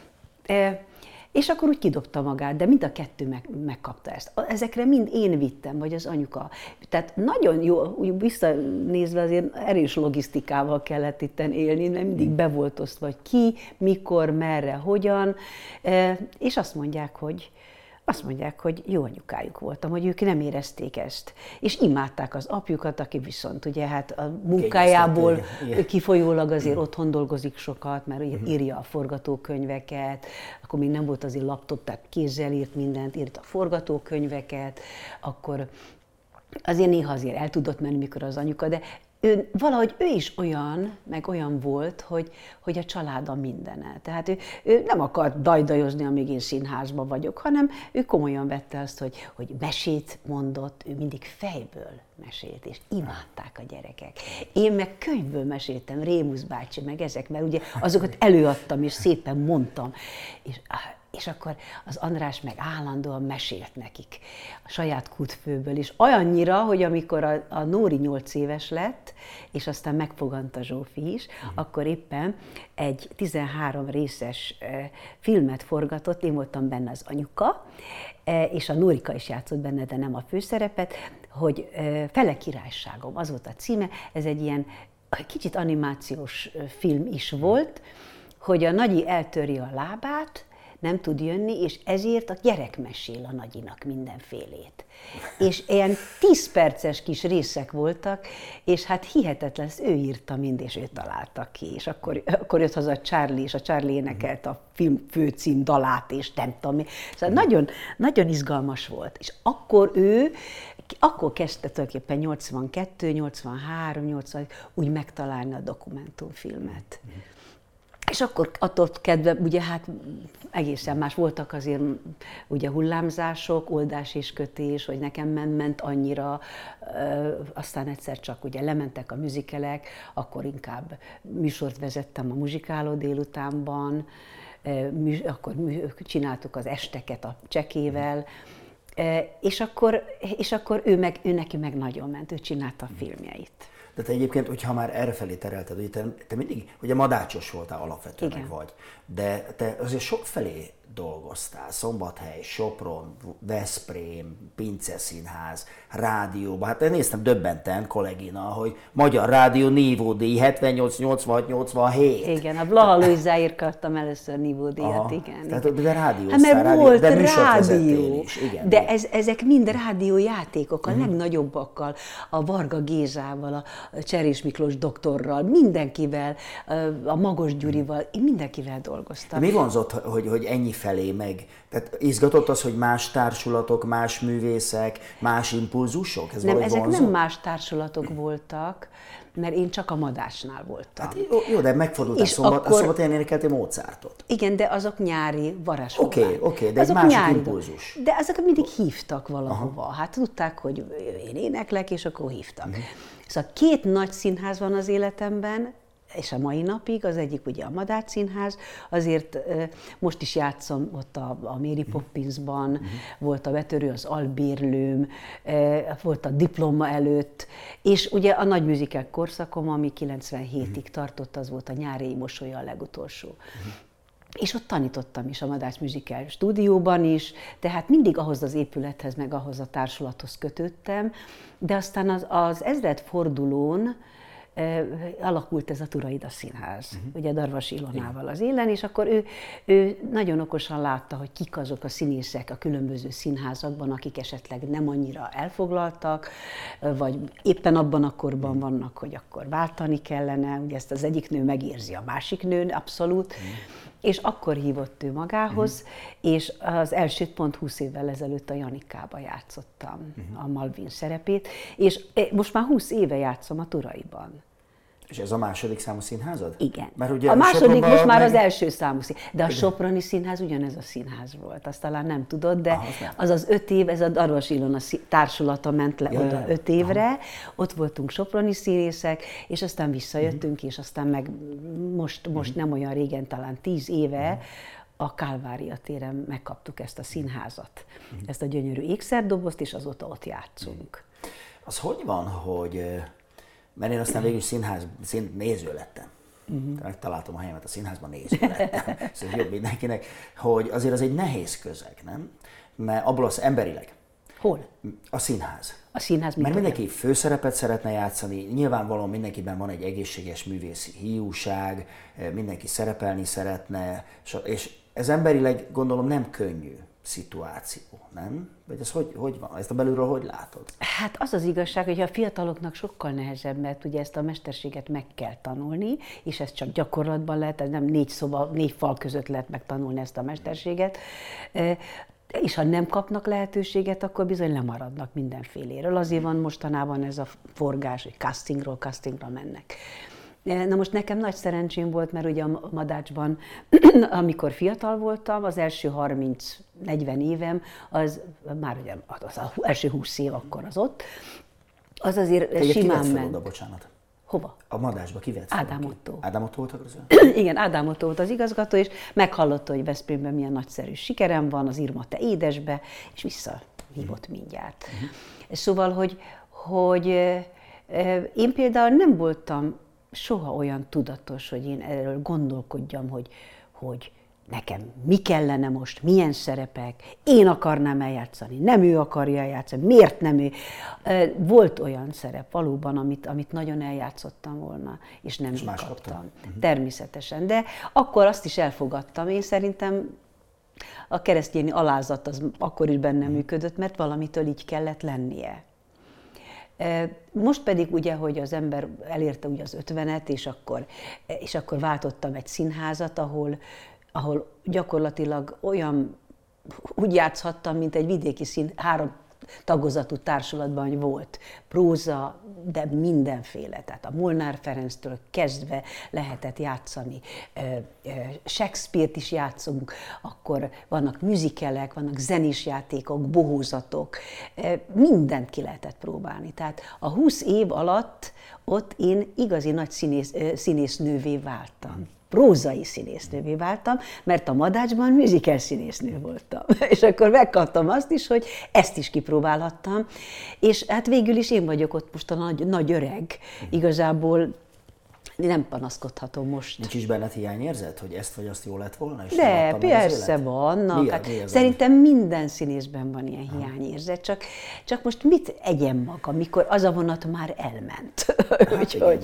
És akkor úgy kidobta magát, de mind a 2 megkapta ezt. Ezekre mind én vittem, vagy az anyuka. Tehát nagyon jó, úgy visszanézve azért erős logisztikával kellett itten élni, nem mindig be volt osztva, hogy ki, mikor, merre, hogyan. És azt mondják, hogy jó anyukájuk voltam, hogy ők nem érezték ezt. És imádták az apjukat, aki viszont ugye hát a munkájából kifolyólag azért otthon dolgozik sokat, mert írja a forgatókönyveket, akkor még nem volt azért laptop, tehát kézzel írt mindent, írt a forgatókönyveket, akkor azért néha azért el tudott menni, mikor az anyuka, de valahogy ő is olyan volt, hogy a család a mindene. Tehát ő nem akart dajdajozni, amíg én színházban vagyok, hanem ő komolyan vette azt, hogy mesét mondott, ő mindig fejből mesélt, és imádták a gyerekek. Én meg könyvből meséltem, Rémusz bácsi, meg ezek, mert ugye azokat előadtam, és szépen mondtam. És És akkor az András meg állandóan mesélt nekik a saját kútfőből is. Olyannyira, hogy amikor a Nóri 8 éves lett, és aztán megfogant a Zsófi is, akkor éppen egy 13 részes filmet forgatott, én voltam benne az anyuka, és a Nórika is játszott benne, de nem a főszerepet, hogy Fele királyságom, az volt a címe, ez egy ilyen kicsit animációs film is volt, hogy a nagyi eltöri a lábát, nem tud jönni, és ezért a gyerek mesél a nagyinak mindenfélét. És ilyen 10 perces kis részek voltak, és hát hihetetlen, ezt ő írta mind, és ő találta ki. És akkor jött haza a Charlie, és a Charlie énekelt a film főcím dalát, és nem tudom mi. Szóval nagyon, nagyon izgalmas volt. És akkor kezdte tulajdonképpen 82, 83, 80, úgy megtalálni a dokumentumfilmet. És akkor adott kedve, ugye hát egészen más voltak azért ugye hullámzások, oldás és kötés, hogy nekem ment annyira, aztán egyszer csak ugye lementek a műzikelek, akkor inkább műsort vezettem a Muzsikáló délutánban, akkor csináltuk az esteket a Csekével, és akkor ő neki meg nagyon ment, ő csinálta a filmjeit. De te egyébként, hogyha már errefelé terelted, hogy te mindig, ugye madácsos voltál alapvetően, Igen. vagy, de te azért sokfelé dolgoztál, Szombathely, Sopron, Veszprém, Pince Színház, rádióban. Hát én néztem döbbenten, kollégina, hogy Magyar Rádió nívódíj 78, 86, 87. Igen, a Blaha Lujzáért kaptam először nívódíjat, igen. Tehát de rádióztál, Hát mert volt de műsort vezettél rádió, is. Igen, de ezek mind rádiójátékok, a legnagyobbakkal, a Varga Gézával, a Cserés Miklós doktorral, mindenkivel, a Magos Gyurival, én mindenkivel dolgoztam. De mi vonzott, hogy ennyi felé meg? Tehát izgatott az, hogy más társulatok, más művészek, más impulzusok? Ez Nem, ezek vonzott? nem más társulatok voltak, mert én csak a Madásnál voltam. Hát jó, de megfordultál a Szombathelyen énekeltél Mozartot. Igen, de azok nyári varázsfogák. Oké, de egy másik impulzus. De azok mindig hívtak valahova. Aha. Hát tudták, hogy én éneklek, és akkor hívtak. Szóval 2 nagy színház van az életemben, és a mai napig, az egyik ugye a Madách Színház, azért most is játszom ott a Mary Poppinsban, volt a Betörő, az Albérlőm, volt a Diploma előtt, és ugye a nagy musical korszakom, ami 97-ig tartott, az volt a Nyári mosolya a legutolsó. És ott tanítottam is a Madách Musical stúdióban is, tehát mindig ahhoz az épülethez, meg ahhoz a társulathoz kötődtem, de aztán az ezredfordulón alakult ez a Turaida Színház, ugye Darvas Ilonával az élen, és akkor ő nagyon okosan látta, hogy kik azok a színészek a különböző színházakban, akik esetleg nem annyira elfoglaltak, vagy éppen abban a korban vannak, hogy akkor váltani kellene, ugye ezt az egyik nő megérzi, a másik nő abszolút, és akkor hívott ő magához, és az elsőt pont 20 évvel ezelőtt a Janikába játszottam a Malvin szerepét, és most már 20 éve játszom a Turaiban. És ez a második számú színházad? Igen. Mert ugye a második Sopronban most már az első számú színház. De a Soproni Színház ugyanez a színház volt, azt talán nem tudod, de az 5 év, ez a Darvas Ilona társulata ment le oda 5 évre, ott voltunk soproni színészek, és aztán visszajöttünk, és aztán meg most nem olyan régen, talán 10 éve, a Kálvária téren megkaptuk ezt a színházat, ezt a gyönyörű ékszerdobozt, és azóta ott játszunk. Az hogy van, hogy... Mert én aztán végül néző lettem. Megtaláltam a helyemet a színházban, néző lettem. Szóval jobb mindenkinek, hogy azért az egy nehéz közeg, nem? Mert abból az emberileg. Hol? A színház. A színház mert mindenki főszerepet szeretne játszani, nyilvánvalóan mindenkiben van egy egészséges művészi hiúság, mindenki szerepelni szeretne, és ez emberileg gondolom nem könnyű szituáció, nem? Vagy ez hogy van? Ezt a belülről hogy látod? Hát az az igazság, hogy a fiataloknak sokkal nehezebb, mert ugye ezt a mesterséget meg kell tanulni, és ez csak gyakorlatban lehet, ez nem 4 fal között lehet megtanulni ezt a mesterséget. És ha nem kapnak lehetőséget, akkor bizony lemaradnak mindenféléről. Azért van mostanában ez a forgás, hogy castingra mennek. Na most nekem nagy szerencsém volt, mert ugye a Madácsban, amikor fiatal voltam, az első 30-40 évem, az már ugye az első 20 év akkor az ott, az azért simán ment. Oda, bocsánat? Hova? A Madásba kivett Ádám Ottó. Ádám Ottó volt a közül? Igen, Ádám Ottó volt az igazgató, és meghallotta, hogy Veszprémben milyen nagyszerű sikerem van, az Irma te édesbe, és visszahívott mindjárt. Szóval, hogy én például nem voltam soha olyan tudatos, hogy én erről gondolkodjam, hogy nekem mi kellene most, milyen szerepek, én akarnám eljátszani, nem ő akarja eljátszani, miért nem ő. Volt olyan szerep valóban, amit nagyon eljátszottam volna, és nem is kaptam. Természetesen, de akkor azt is elfogadtam. Én szerintem a keresztényi alázat az akkor is bennem működött, mert valamitől így kellett lennie. Most pedig ugye, hogy az ember elérte ugye az 50-et, és akkor váltottam egy színházat, ahol gyakorlatilag úgy játszhattam, mint egy vidéki 3 tagozatú társulatban volt. Próza, de mindenféle. Tehát a Molnár Ferenctől kezdve lehetett játszani. Shakespeare-t is játszunk, akkor vannak musicalek, vannak zenés játékok, bohózatok. Mindent ki lehetett próbálni. Tehát a 20 év alatt ott én igazi nagy színésznővé váltam. Prózai színésznővé váltam, mert a Madácsban musical színésznő voltam. És akkor megkaptam azt is, hogy ezt is kipróbálhattam. És hát végül is én vagyok ott most a nagy öreg. Igazából nem panaszkodhatom most. Nincs is benned hiányérzet, hogy ezt vagy azt jól lett volna? És de persze vannak. Miért? Szerintem minden színészben van ilyen hiányérzet, csak most mit egyen maga, mikor az a vonat már elment. Úgyhogy,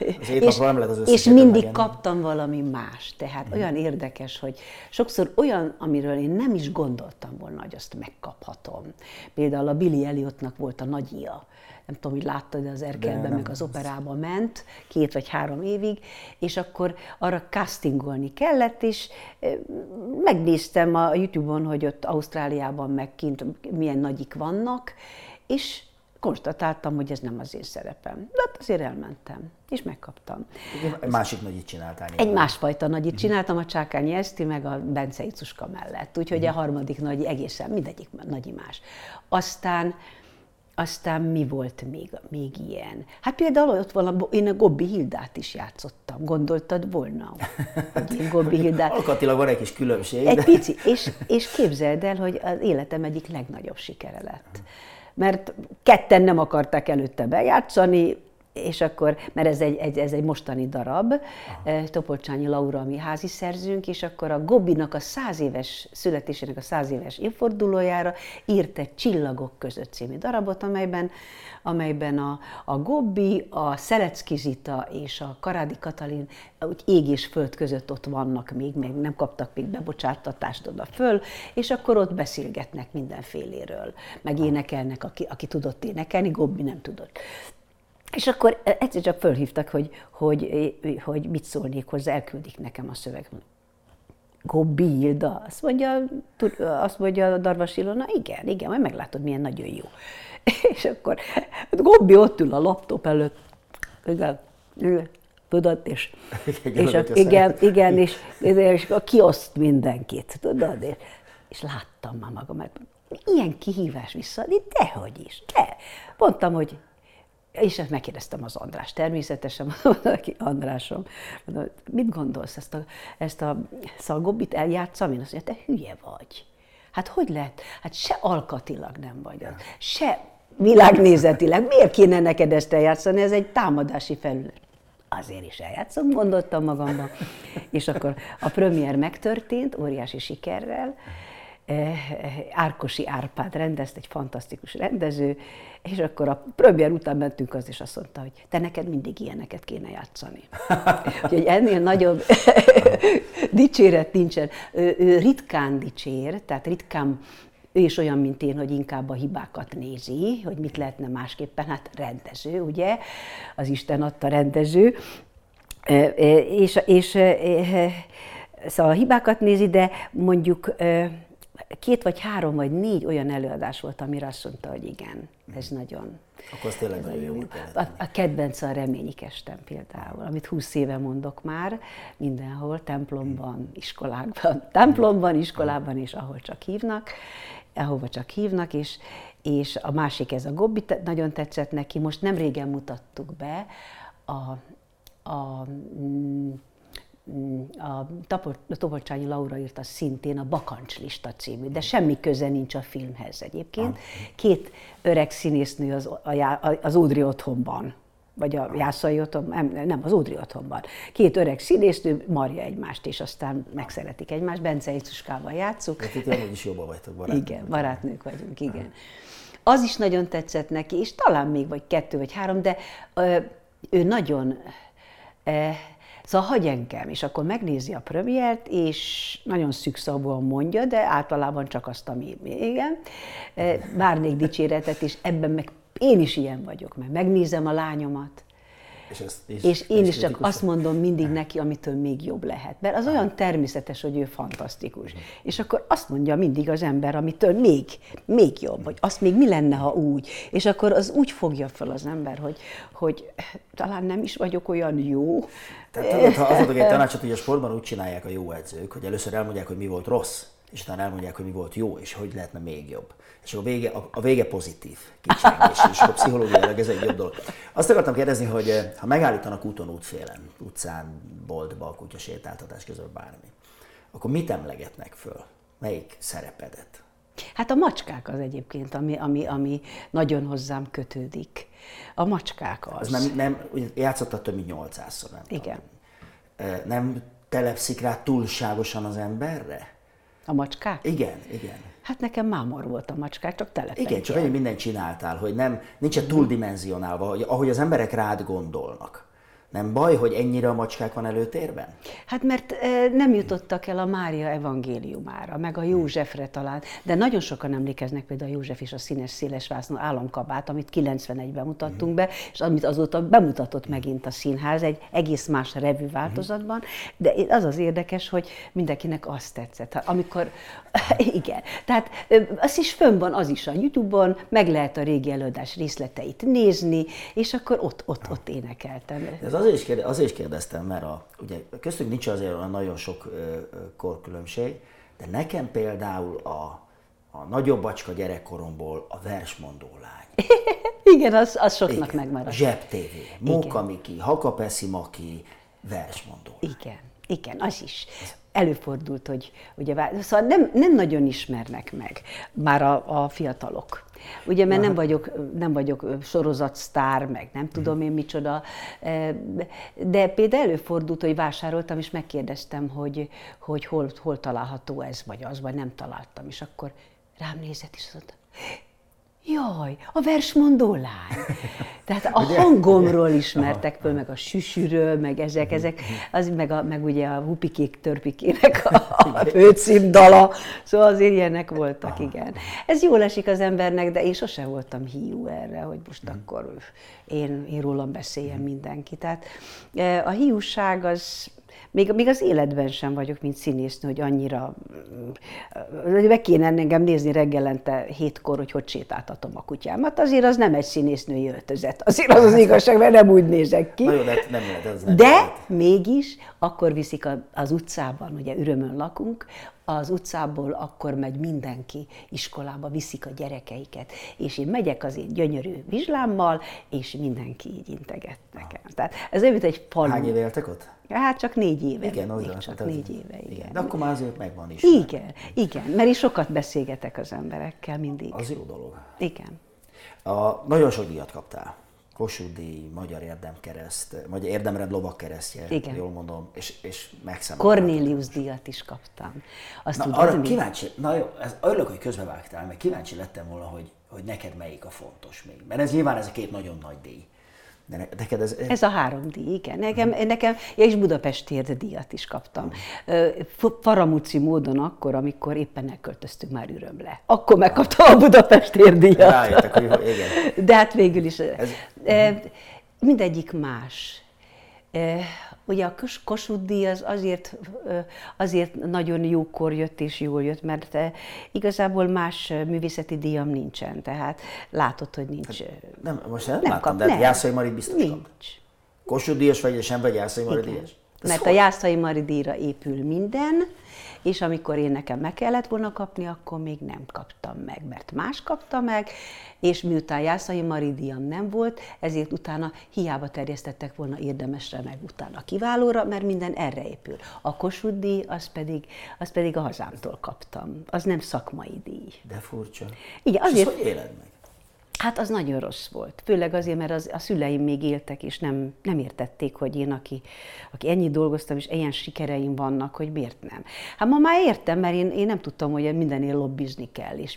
és mindig kaptam valami más. Tehát olyan érdekes, hogy sokszor olyan, amiről én nem is gondoltam volna, hogy azt megkaphatom. Például a Billy Elliotnak volt a Nagyja. Nem tudom, hogy láttad, de az Erkelben, meg az operában ment 2 vagy 3 évig, és akkor arra castingolni kellett, és megnéztem a YouTube-on, hogy ott Ausztráliában meg kint milyen nagyik vannak, és konstatáltam, hogy ez nem az én szerepem. De hát azért elmentem, és megkaptam. Egy másik nagyit csináltál. Egy másfajta nagyit csináltam, a Csákányi Eszti, meg a Bence Icuska mellett. Úgyhogy a harmadik nagy egészen, mindegyik nagyi más. Aztán mi volt még ilyen? Hát például ott én a Gobbi Hildát is játszottam. Gondoltad volna, hogy én Gobbi Hildát... Alkatilag van egy kis különbség. Egy pici. És képzeld el, hogy az életem egyik legnagyobb sikere lett. Mert ketten nem akarták előtte bejátszani, és akkor, mert ez egy mostani darab, Topolcsányi Laura, ami házi szerzőnk, és akkor a Gobbinak a 100 éves születésének a 100 éves évfordulójára írt egy Csillagok között című darabot, amelyben a Gobbi, a Szelecki Zita és a Karádi Katalin úgy ég és föld között ott vannak még nem kaptak még bebocsáttatást oda föl, és akkor ott beszélgetnek mindenféléről, meg énekelnek, aki tudott énekelni, Gobbi nem tudott. És akkor egyszer csak fölhívtak, hogy mit szólnék hozzá, elküldik nekem a szöveg. Gobbi Hilda? Azt mondja a Darvas Ilona, igen, majd meglátod, milyen nagyon jó. És akkor Gobbi ott ül a laptop előtt, tudod, és kioszt mindenkit, tudod, és láttam már magamat. Ilyen kihívás visszaadni, dehogy is, de. Mondtam, hogy és megkérdeztem az András, természetesen, mondom neki, Andrásom, mondom, mit gondolsz, ezt a Gobbit eljátszam? Én azt mondja, te hülye vagy. Hát hogy lehet? Hát se alkatilag nem vagy az, se világnézetileg. Miért kéne neked ezt eljátszani? Ez egy támadási felület. Azért is eljátszom, gondoltam magamban. És akkor a premier megtörtént, óriási sikerrel. Ákosi Árpád rendezte, egy fantasztikus rendező, és akkor a premier után mentünk az, és azt mondta, hogy te neked mindig ilyeneket kéne játszani. Úgyhogy ennél nagyobb dicséret nincsen. Ő ritkán dicsér, tehát ritkán, ő is olyan, mint én, hogy inkább a hibákat nézi, hogy mit lehetne másképpen, hát rendező, ugye, az Isten adta rendező, szóval a hibákat nézi, de mondjuk 2 vagy 3 vagy 4 olyan előadás volt, amire azt mondta, hogy igen, ez nagyon... Akkor az tényleg nagyon jó. A kedvenc a Reményik estem például, amit 20 éve mondok már, mindenhol, templomban, iskolában és ahol csak hívnak, ahova csak hívnak, és a másik ez a Gobbi, nagyon tetszett neki, most nem régen mutattuk be, a Topolcsányi Laura írta szintén a Bakancslista című, de semmi köze nincs a filmhez egyébként. Két öreg színésznő az Ódri otthonban, vagy a Jászai otthon, nem, az Ódri otthonban. Két öreg színésznő marja egymást, és aztán megszeretik egymást. Bence Icuskával játszuk. Hát itt amúgy is jobban vagytok, barátnők. Igen, barátnők vagyunk, igen. Az is nagyon tetszett neki, és talán még vagy 2 vagy 3, de ő nagyon... Szóval hagy engem, és akkor megnézi a premiért, és nagyon szűkszavúan mondja, de általában csak azt, ami igen. Várnék dicséretet, és ebben meg én is ilyen vagyok, mert megnézem a lányomat, és én is csak azt mondom mindig neki, amitől még jobb lehet. Mert az olyan természetes, hogy ő fantasztikus. És akkor azt mondja mindig az ember, amitől még jobb, hogy azt még mi lenne, ha úgy. És akkor az úgy fogja fel az ember, hogy talán nem is vagyok olyan jó. Tehát tudod, ha az adok egy tanácsot, hogy a sportban úgy csinálják a jó edzők, hogy először elmondják, hogy mi volt rossz, és utána elmondják, hogy mi volt jó, és hogy lehetne még jobb. És a vége pozitív kicsengés, és a pszichológiailag ez egy jobb dolog. Azt akartam kérdezni, hogy ha megállítanak úton, útfélen, utcán, boltba, kutyasétáltatás közben bármi, akkor mit emlegetnek föl? Melyik szerepedet? Hát a macskák az egyébként, ami nagyon hozzám kötődik. A macskák az. Az nem játszottad több mint 800-szor, nem igen. Tudom. Nem telepszik rá túlságosan az emberre? A macskák? Igen. Hát nekem mámor volt a macskák, csak telepedjen. Igen, csak annyi mindent csináltál, hogy nincs túldimenzionálva, hogy ahogy az emberek rád gondolnak. Nem baj, hogy ennyire a macskák van előtérben? Hát mert nem jutottak el a Mária evangéliumára, meg a Józsefre talán, de nagyon sokan emlékeznek például a József és a színes szélesvásznú államkabát, amit 91-ben mutattunk be, és amit azóta bemutatott megint a színház egy egész más revű változatban, de az az érdekes, hogy mindenkinek azt tetszett. Amikor, igen, tehát az is fönn van, az is a YouTube-on, meg lehet a régi előadás részleteit nézni, és akkor ott énekeltem. Azért is kérdeztem, mert ugye köztünk nincs azért olyan nagyon sok korkülönbség, de nekem például a nagyobb bacska gyerekkoromból a versmondó lány. Igen, az soknak megmaradt. Zseb TV, Móka Miki, Hakapeszi Maki, versmondó. Igen, az is. Előfordult, hogy ugye, szóval nem nagyon ismernek meg már a fiatalok. Ugye, mert nem vagyok sorozatsztár, meg nem tudom én micsoda, de például előfordult, hogy vásároltam, és megkérdeztem, hogy hol található ez, vagy az, vagy nem találtam, és akkor rám nézett, és azt mondta, jaj, a versmondó lány. Tehát a hangomról ismertek föl, meg a süsűről, meg ezek meg ugye a Hupikék Törpikének a főcímdala. Szóval azért ilyenek voltak, igen. Ez jól esik az embernek, de én sose voltam hiú erre, hogy most akkor én rólam beszéljen mindenki. Tehát a hiúság az... Még az életben sem vagyok, mint színésznő, hogy annyira... Meg kéne engem nézni reggelente 7-kor, hogy sétáltatom a kutyámat. Azért az nem egy színésznői öltözet. Azért az igazság, mert nem úgy nézek ki. Na jó, nem lehet. De mégis akkor viszik az utcában, ugye Ürömön lakunk, az utcából akkor megy mindenki iskolába, viszik a gyerekeiket. És én megyek az én gyönyörű vizslámmal, és mindenki így integet nekem. Tehát ez olyan, mint egy falu. Hány éve éltek ott? Hát csak 4 éve. Igen, még csak 4 éve, igen. De akkor már azért megvan is. Igen, mert én sokat beszélgetek az emberekkel mindig. Az jó dolog. Igen. Nagyon sok díjat kaptál. Kossuth-díj, Magyar Érdemkereszt, Magyar Érdemrend lovagkeresztje, jól mondom, és megszámoltam. Cornélius-díjat is kaptam. Azt tudod, arra kíváncsi, örülök, hogy közbevágtál, mert kíváncsi lettem volna, hogy neked melyik a fontos még. Mert ez nyilván ez a 2 nagyon nagy díj. De neked ez a 3 díj, igen. Nekem és Budapest térdíjat is kaptam. Faramúci módon akkor, amikor éppen elköltöztünk már Ürömre. Akkor megkaptam a Budapest térdíjat. Rájöttek, hogy igen. De hát végül is mindegyik más. Ugye a Kossuth-díj az azért nagyon jókor jött és jól jött, mert igazából más művészeti díjam nincsen, tehát látod, hogy nincs. Most nem láttam, de Jászai Marit biztos nincs. kapta. Kossuth-díjas vagy, sem vagy Jászai Marit díjas? Mert a Jászai Mari díjra épül minden, és amikor nekem meg kellett volna kapni, akkor még nem kaptam meg, mert más kapta meg, és miután Jászai Mari díjam nem volt, ezért utána hiába terjesztettek volna érdemesre, meg utána kiválóra, mert minden erre épül. A Kossuth díj, az pedig a hazámtól kaptam. Az nem szakmai díj. De furcsa. Igen, azért... És hogy éled meg? Hát az nagyon rossz volt. Főleg azért, mert a szüleim még éltek, és nem értették, hogy én, aki ennyit dolgoztam, és ilyen sikereim vannak, hogy miért nem. Hát ma már értem, mert én nem tudtam, hogy mindenért lobbizni kell, és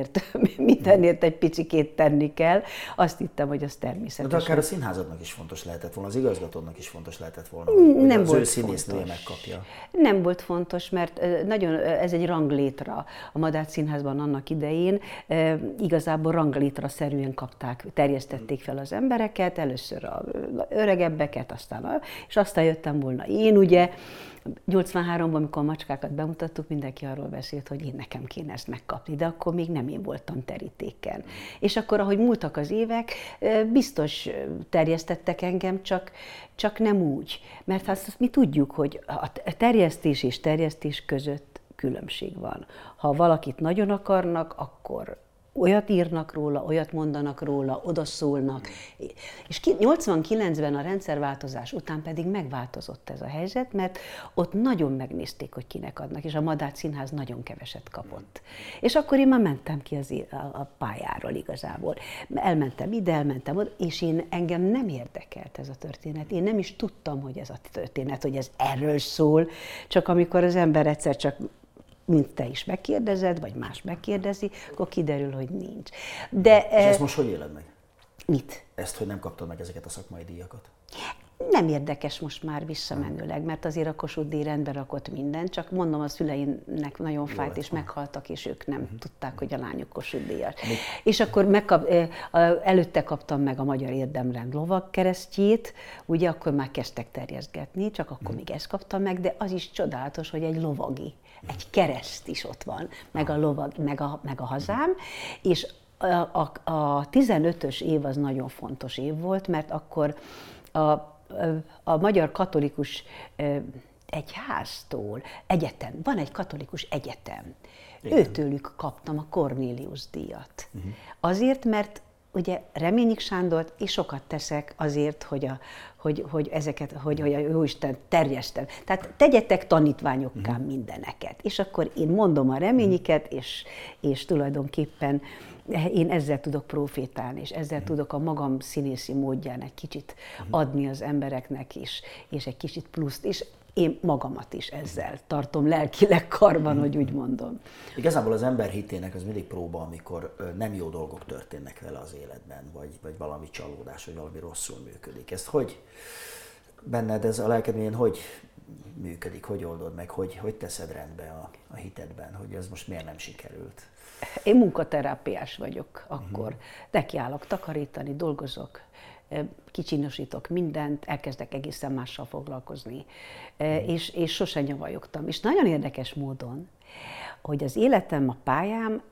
mindenért egy picikét tenni kell. Azt hittem, hogy az természetes. De akár a színházadnak is fontos lehetett volna, az igazgatónak is fontos lehetett volna, hogy nem az volt ő színésznője fontos. megkapja. Nem volt fontos, mert nagyon, ez egy ranglétra. A Madách Színházban annak idején igazából ranglétra szerűen kapták, terjesztették fel az embereket, először az öregebbeket, és aztán jöttem volna én, ugye. 83-ban, amikor a macskákat bemutattuk, mindenki arról beszélt, hogy nekem kéne ezt megkapni, de akkor még nem én voltam terítéken. És akkor, ahogy múltak az évek, biztos terjesztettek engem, csak nem úgy. Mert azt mi tudjuk, hogy a terjesztés és terjesztés között különbség van. Ha valakit nagyon akarnak, akkor olyat írnak róla, olyat mondanak róla, odaszólnak. És 89-ben a rendszerváltozás után pedig megváltozott ez a helyzet, mert ott nagyon megnézték, hogy kinek adnak, és a Madách Színház nagyon keveset kapott. És akkor én már mentem ki a pályáról igazából. Elmentem ide, elmentem oda, és engem nem érdekelt ez a történet. Én nem is tudtam, hogy ez a történet, hogy ez erről szól, csak amikor az ember egyszer csak mint te is megkérdezed, vagy más megkérdezi, akkor kiderül, hogy nincs. És ezt most hogy éled meg? Mit? Ezt, hogy nem kaptad meg ezeket a szakmai díjakat? Nem érdekes most már visszamenőleg, mert azért a Kossuth díj rendbe rakott mindent, csak mondom, a szüleimnek nagyon fájt, és meghaltak, és ők nem tudták, hogy a lányuk Kossuth díjas. És akkor előtte kaptam meg a Magyar Érdemrend lovagkeresztjét, ugye akkor már kezdtek terjeszgetni, csak akkor még ezt kaptam meg, de az is csodálatos, hogy egy lovagi, egy kereszt is ott van, meg a lovag, meg a hazám, és a 15-ös év az nagyon fontos év volt, mert akkor a Magyar Katolikus Egyháztól, van egy katolikus egyetem. Igen. Őtőlük kaptam a Cornélius díjat. Azért, mert ugye Reményik Sándort, és sokat teszek azért, hogy a Jóisten terjesztem. Tehát tegyetek tanítványokká mindeneket. És akkor én mondom a reményiket, és tulajdonképpen én ezzel tudok profétálni, és ezzel tudok a magam színészi módján egy kicsit adni az embereknek is, és egy kicsit pluszt, és én magamat is ezzel tartom lelkileg karban, hogy úgy mondom. Igazából az ember hitének az mindig próba, amikor nem jó dolgok történnek vele az életben, vagy valami csalódás, vagy valami rosszul működik. Ezt hogy benned ez a lelkedben, hogy működik, hogy oldod meg, hogy teszed rendbe a hitedben, hogy ez most miért nem sikerült? Én munkaterápiás vagyok akkor. Nekiállok takarítani, dolgozok, kicsinosítok mindent, elkezdek egészen mással foglalkozni, és sosem nyavajogtam. És nagyon érdekes módon, hogy az életem, a pályám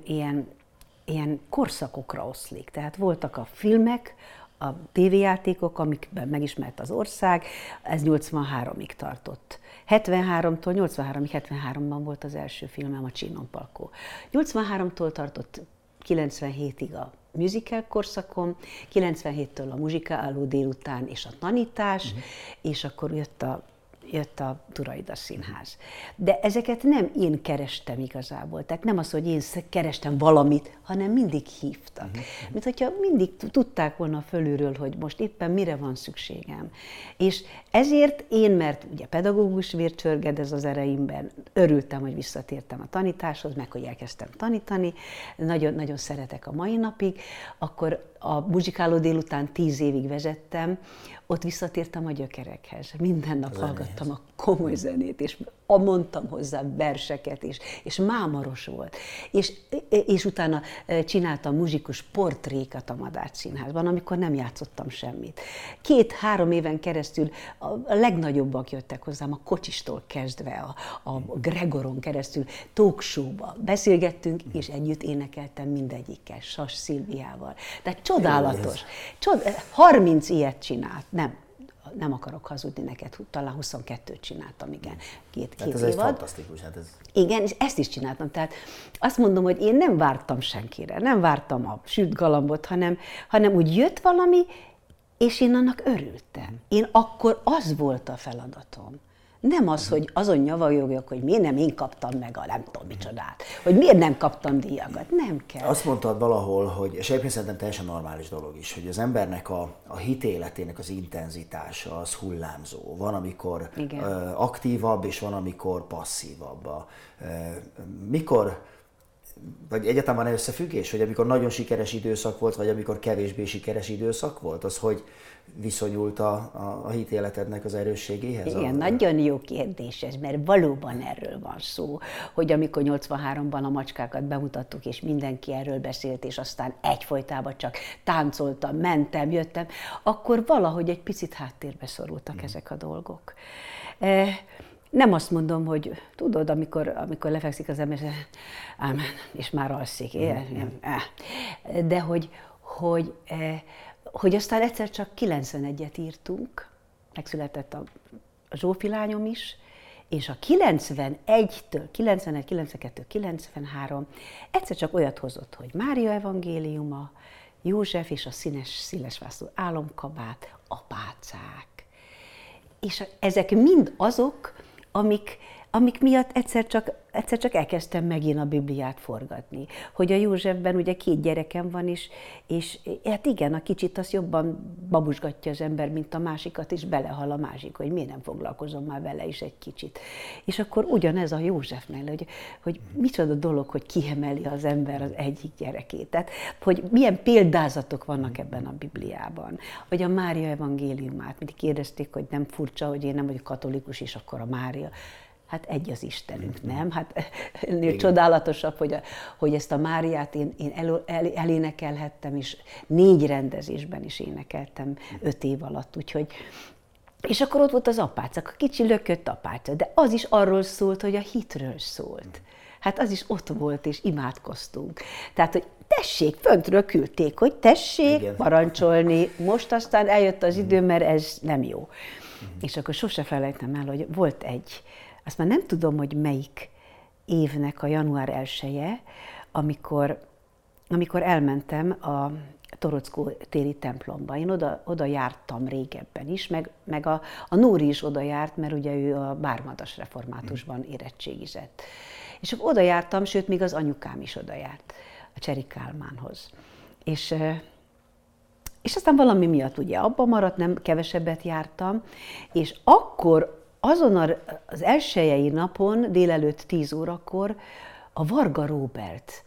ilyen korszakokra oszlik. Tehát voltak a filmek, a tévéjátékok, amikben megismert az ország, ez 83-ig tartott. 73-tól 83-ig, 73-ban volt az első filmem, a Csinon Palkó. 83-tól tartott 97-ig a musical korszakom, 97-től a muzsikáló délután és a tanítás, és akkor jött a Turaida Színház. De ezeket nem én kerestem igazából, tehát nem az, hogy én kerestem valamit, hanem mindig hívtak. Mint hogyha mindig tudták volna fölülről, hogy most éppen mire van szükségem. És ezért én, mert ugye pedagógus vér csörged ez az ereimben, örültem, hogy visszatértem a tanításhoz, meg hogy elkezdtem tanítani, nagyon, nagyon szeretek a mai napig, akkor a muzsikáló délután 10 évig vezettem, ott visszatértem a gyökerekhez. Minden nap hallgattam a komoly zenét, és mondtam hozzá verseket, és mámoros volt. És utána csináltam muzsikus portrékat a Madách Színházban, amikor nem játszottam semmit. 2-3 éven keresztül a legnagyobbak jöttek hozzám, a Kocsistól kezdve, a Gregoron keresztül, talk show-ba beszélgettünk, és együtt énekeltem mindegyikkel, Sas Szilviával. Tehát csodálatos. 30 ilyet csinált, nem. nem akarok hazudni neked, talán 22-t csináltam, igen, két ez évad. fantasztikus. Hát ez... Igen, és ezt is csináltam. Tehát azt mondom, hogy én nem vártam senkire, nem vártam a süt galambot, hanem úgy jött valami, és én annak örültem. Én akkor az volt a feladatom. Nem az, hogy azon nyavajogjak, hogy miért nem én kaptam meg a nem tudom micsodát, hogy miért nem kaptam díjakat. Nem kell. Azt mondtad valahol, hogy, és egyébként szerintem teljesen normális dolog is, hogy az embernek a hitéletének az intenzitása az hullámzó. Van, amikor aktívabb, és van, amikor passzívabb. Mikor, vagy egyáltalán van összefüggés, hogy amikor nagyon sikeres időszak volt, vagy amikor kevésbé sikeres időszak volt, az hogy viszonyult a hitéletednek az erősségéhez? Igen, nagyon jó kérdés ez, mert valóban erről van szó, hogy amikor 83-ban a macskákat bemutattuk, és mindenki erről beszélt, és aztán egyfolytában csak táncoltam, mentem, jöttem, akkor valahogy egy picit háttérbe szorultak ezek a dolgok. Nem azt mondom, hogy tudod, amikor lefekszik az ember, ámen, és már alszik, de hogy aztán egyszer csak 91-et írtunk, megszületett a Zsófi lányom is, és a 91-től, 91, 92, 93 egyszer csak olyat hozott, hogy Mária evangéliuma, József és a szélesvászló álomkabát, apácák. És ezek mind azok, amik miatt egyszer csak elkezdtem megint a Bibliát forgatni. Hogy a Józsefben ugye 2 gyerekem van, és hát igen, a kicsit azt jobban babusgatja az ember, mint a másikat, és belehal a másik, hogy miért nem foglalkozom már vele is egy kicsit. És akkor ugyanez a Józsefnél, hogy micsoda dolog, hogy kiemeli az ember az egyik gyerekét. Tehát, hogy milyen példázatok vannak ebben a Bibliában. Vagy a Mária evangéliumát, mindig kérdezték, hogy nem furcsa, hogy én nem vagyok katolikus, és akkor a Mária. Hát egy az Istenünk, nem? Hát ennél csodálatosabb, hogy ezt a Máriát én elénekelhettem, és 4 rendezésben is énekeltem 5 év alatt, úgyhogy... És akkor ott volt az apácák, a kicsi lökött apáca, de az is arról szólt, hogy a hitről szólt. Hát az is ott volt, és imádkoztunk. Tehát, hogy tessék, föntről küldték, hogy tessék parancsolni, most aztán eljött az idő, mert ez nem jó. És akkor sose felejtem el, hogy volt azt már nem tudom, hogy melyik évnek a január 1-je, amikor elmentem a Torockó téri templomba. Én oda jártam régebben is, meg a Nóri is oda járt, mert ugye ő a Bármadas reformátusban érettségizett. És akkor oda jártam, sőt, még az anyukám is oda járt, a Cseri Kálmánhoz. És aztán valami miatt ugye abba maradt, nem kevesebbet jártam, és akkor azon az elsőjei napon, délelőtt 10 órakor a Varga Róbert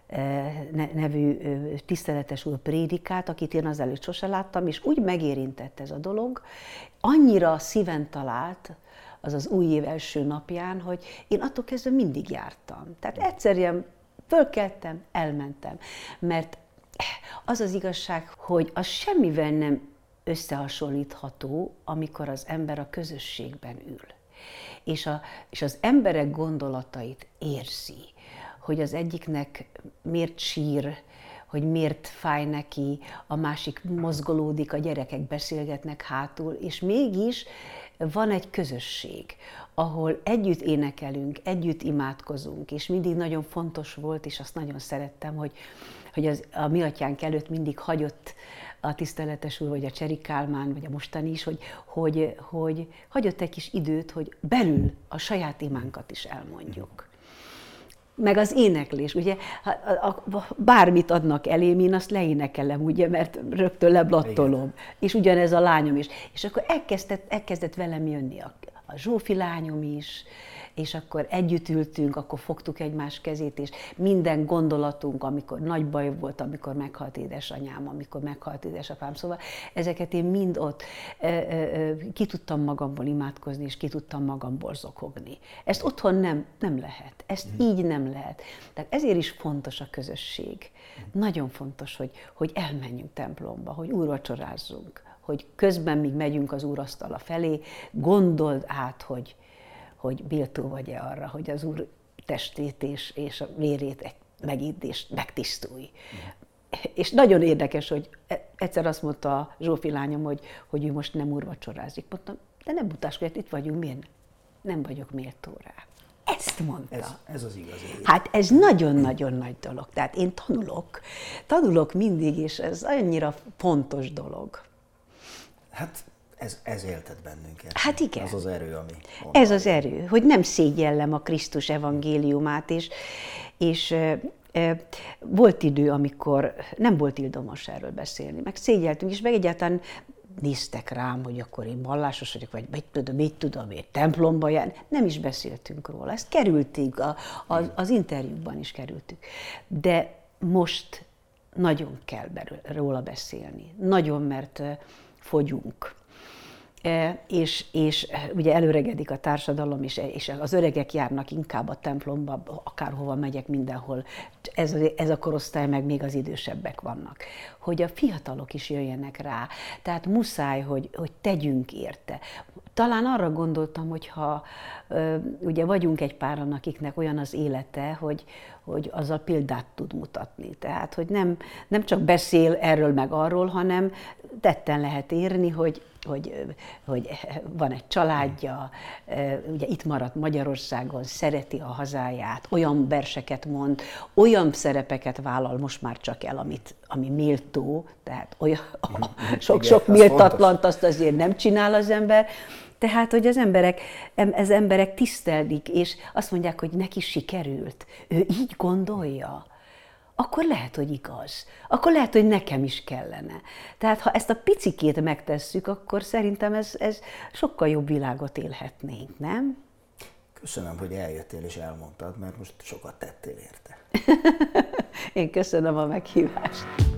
nevű tiszteletes úr prédikált, akit én azelőtt sose láttam, és úgy megérintett ez a dolog, annyira szíven talált az új év első napján, hogy én attól kezdve mindig jártam. Tehát egyszerűen fölkeltem, elmentem, mert az az igazság, hogy az semmivel nem összehasonlítható, amikor az ember a közösségben ül. És az emberek gondolatait érzi, hogy az egyiknek miért sír, hogy miért fáj neki, a másik mozgolódik, a gyerekek beszélgetnek hátul, és mégis van egy közösség, ahol együtt énekelünk, együtt imádkozunk, és mindig nagyon fontos volt, és azt nagyon szerettem, hogy a mi atyánk előtt mindig hagyott a tiszteletes úr, vagy a Cseri Kálmán, vagy a mostani is, hogy hagyott egy kis időt, hogy belül a saját imánkat is elmondjuk. Meg az éneklés, ugye, bármit adnak elém, én azt leénekelem, ugye, mert rögtön leblattolom. És ugyanez a lányom is. És akkor elkezdett velem jönni a Zsófi lányom is, és akkor együtt ültünk, akkor fogtuk egymás kezét, és minden gondolatunk, amikor nagy baj volt, amikor meghalt édesanyám, amikor meghalt édesapám, szóval ezeket én mind ott ki tudtam magamból imádkozni, és ki tudtam magamból zokogni. Ezt otthon nem lehet, ezt így nem lehet. Tehát ezért is fontos a közösség. Nagyon fontos, hogy elmenjünk templomba, hogy úrvacsorázzunk, hogy közben, míg megyünk az úrasztala felé, gondold át, hogy méltó vagy-e arra, hogy az Úr testét és a vérét megidd és megtisztulj. és nagyon érdekes, hogy egyszer azt mondta Zsófi lányom, hogy ő most nem úrvacsorázik. Mondtam, de nem butáskodj, itt vagyunk, miért nem vagyok méltó rá. Ezt mondta. Ez az igazi. Hát ez nagyon-nagyon nagy dolog. Tehát én tanulok mindig, és ez annyira fontos dolog. Hát ez éltet bennünket. Hát igen. Az az erő, ami Ez az erő, hogy nem szégyellem a Krisztus evangéliumát, és volt idő, amikor nem volt ildomos erről beszélni, meg szégyeltünk is, meg egyáltalán néztek rám, hogy akkor én vallásos vagyok, vagy mit tudom én, templomba jár. Nem is beszéltünk róla. Ezt kerültük, az interjúkban is kerültük. De most nagyon kell róla beszélni. Nagyon, mert fogyunk. És ugye előregedik a társadalom, és az öregek járnak inkább a templomba, akárhova megyek, mindenhol. Ez a korosztály, meg még az idősebbek vannak. Hogy a fiatalok is jöjjenek rá. Tehát muszáj, hogy tegyünk érte. Talán arra gondoltam, hogy ha ugye vagyunk egy páran, akiknek olyan az élete, hogy azzal példát tud mutatni. Tehát, hogy nem csak beszél erről meg arról, hanem tetten lehet érni, hogy van egy családja, ugye itt maradt Magyarországon, szereti a hazáját, olyan verseket mond, olyan szerepeket vállal most már csak el, ami méltó, tehát olyan sok méltatlant azt azért nem csinál az ember. Tehát, hogy az emberek tisztelik, és azt mondják, hogy neki sikerült, ő így gondolja, akkor lehet, hogy igaz. Akkor lehet, hogy nekem is kellene. Tehát, ha ezt a picikét megtesszük, akkor szerintem ez sokkal jobb világot élhetnénk, nem? Köszönöm, hogy eljöttél és elmondtad, mert most sokat tettél érte. Én köszönöm a meghívást.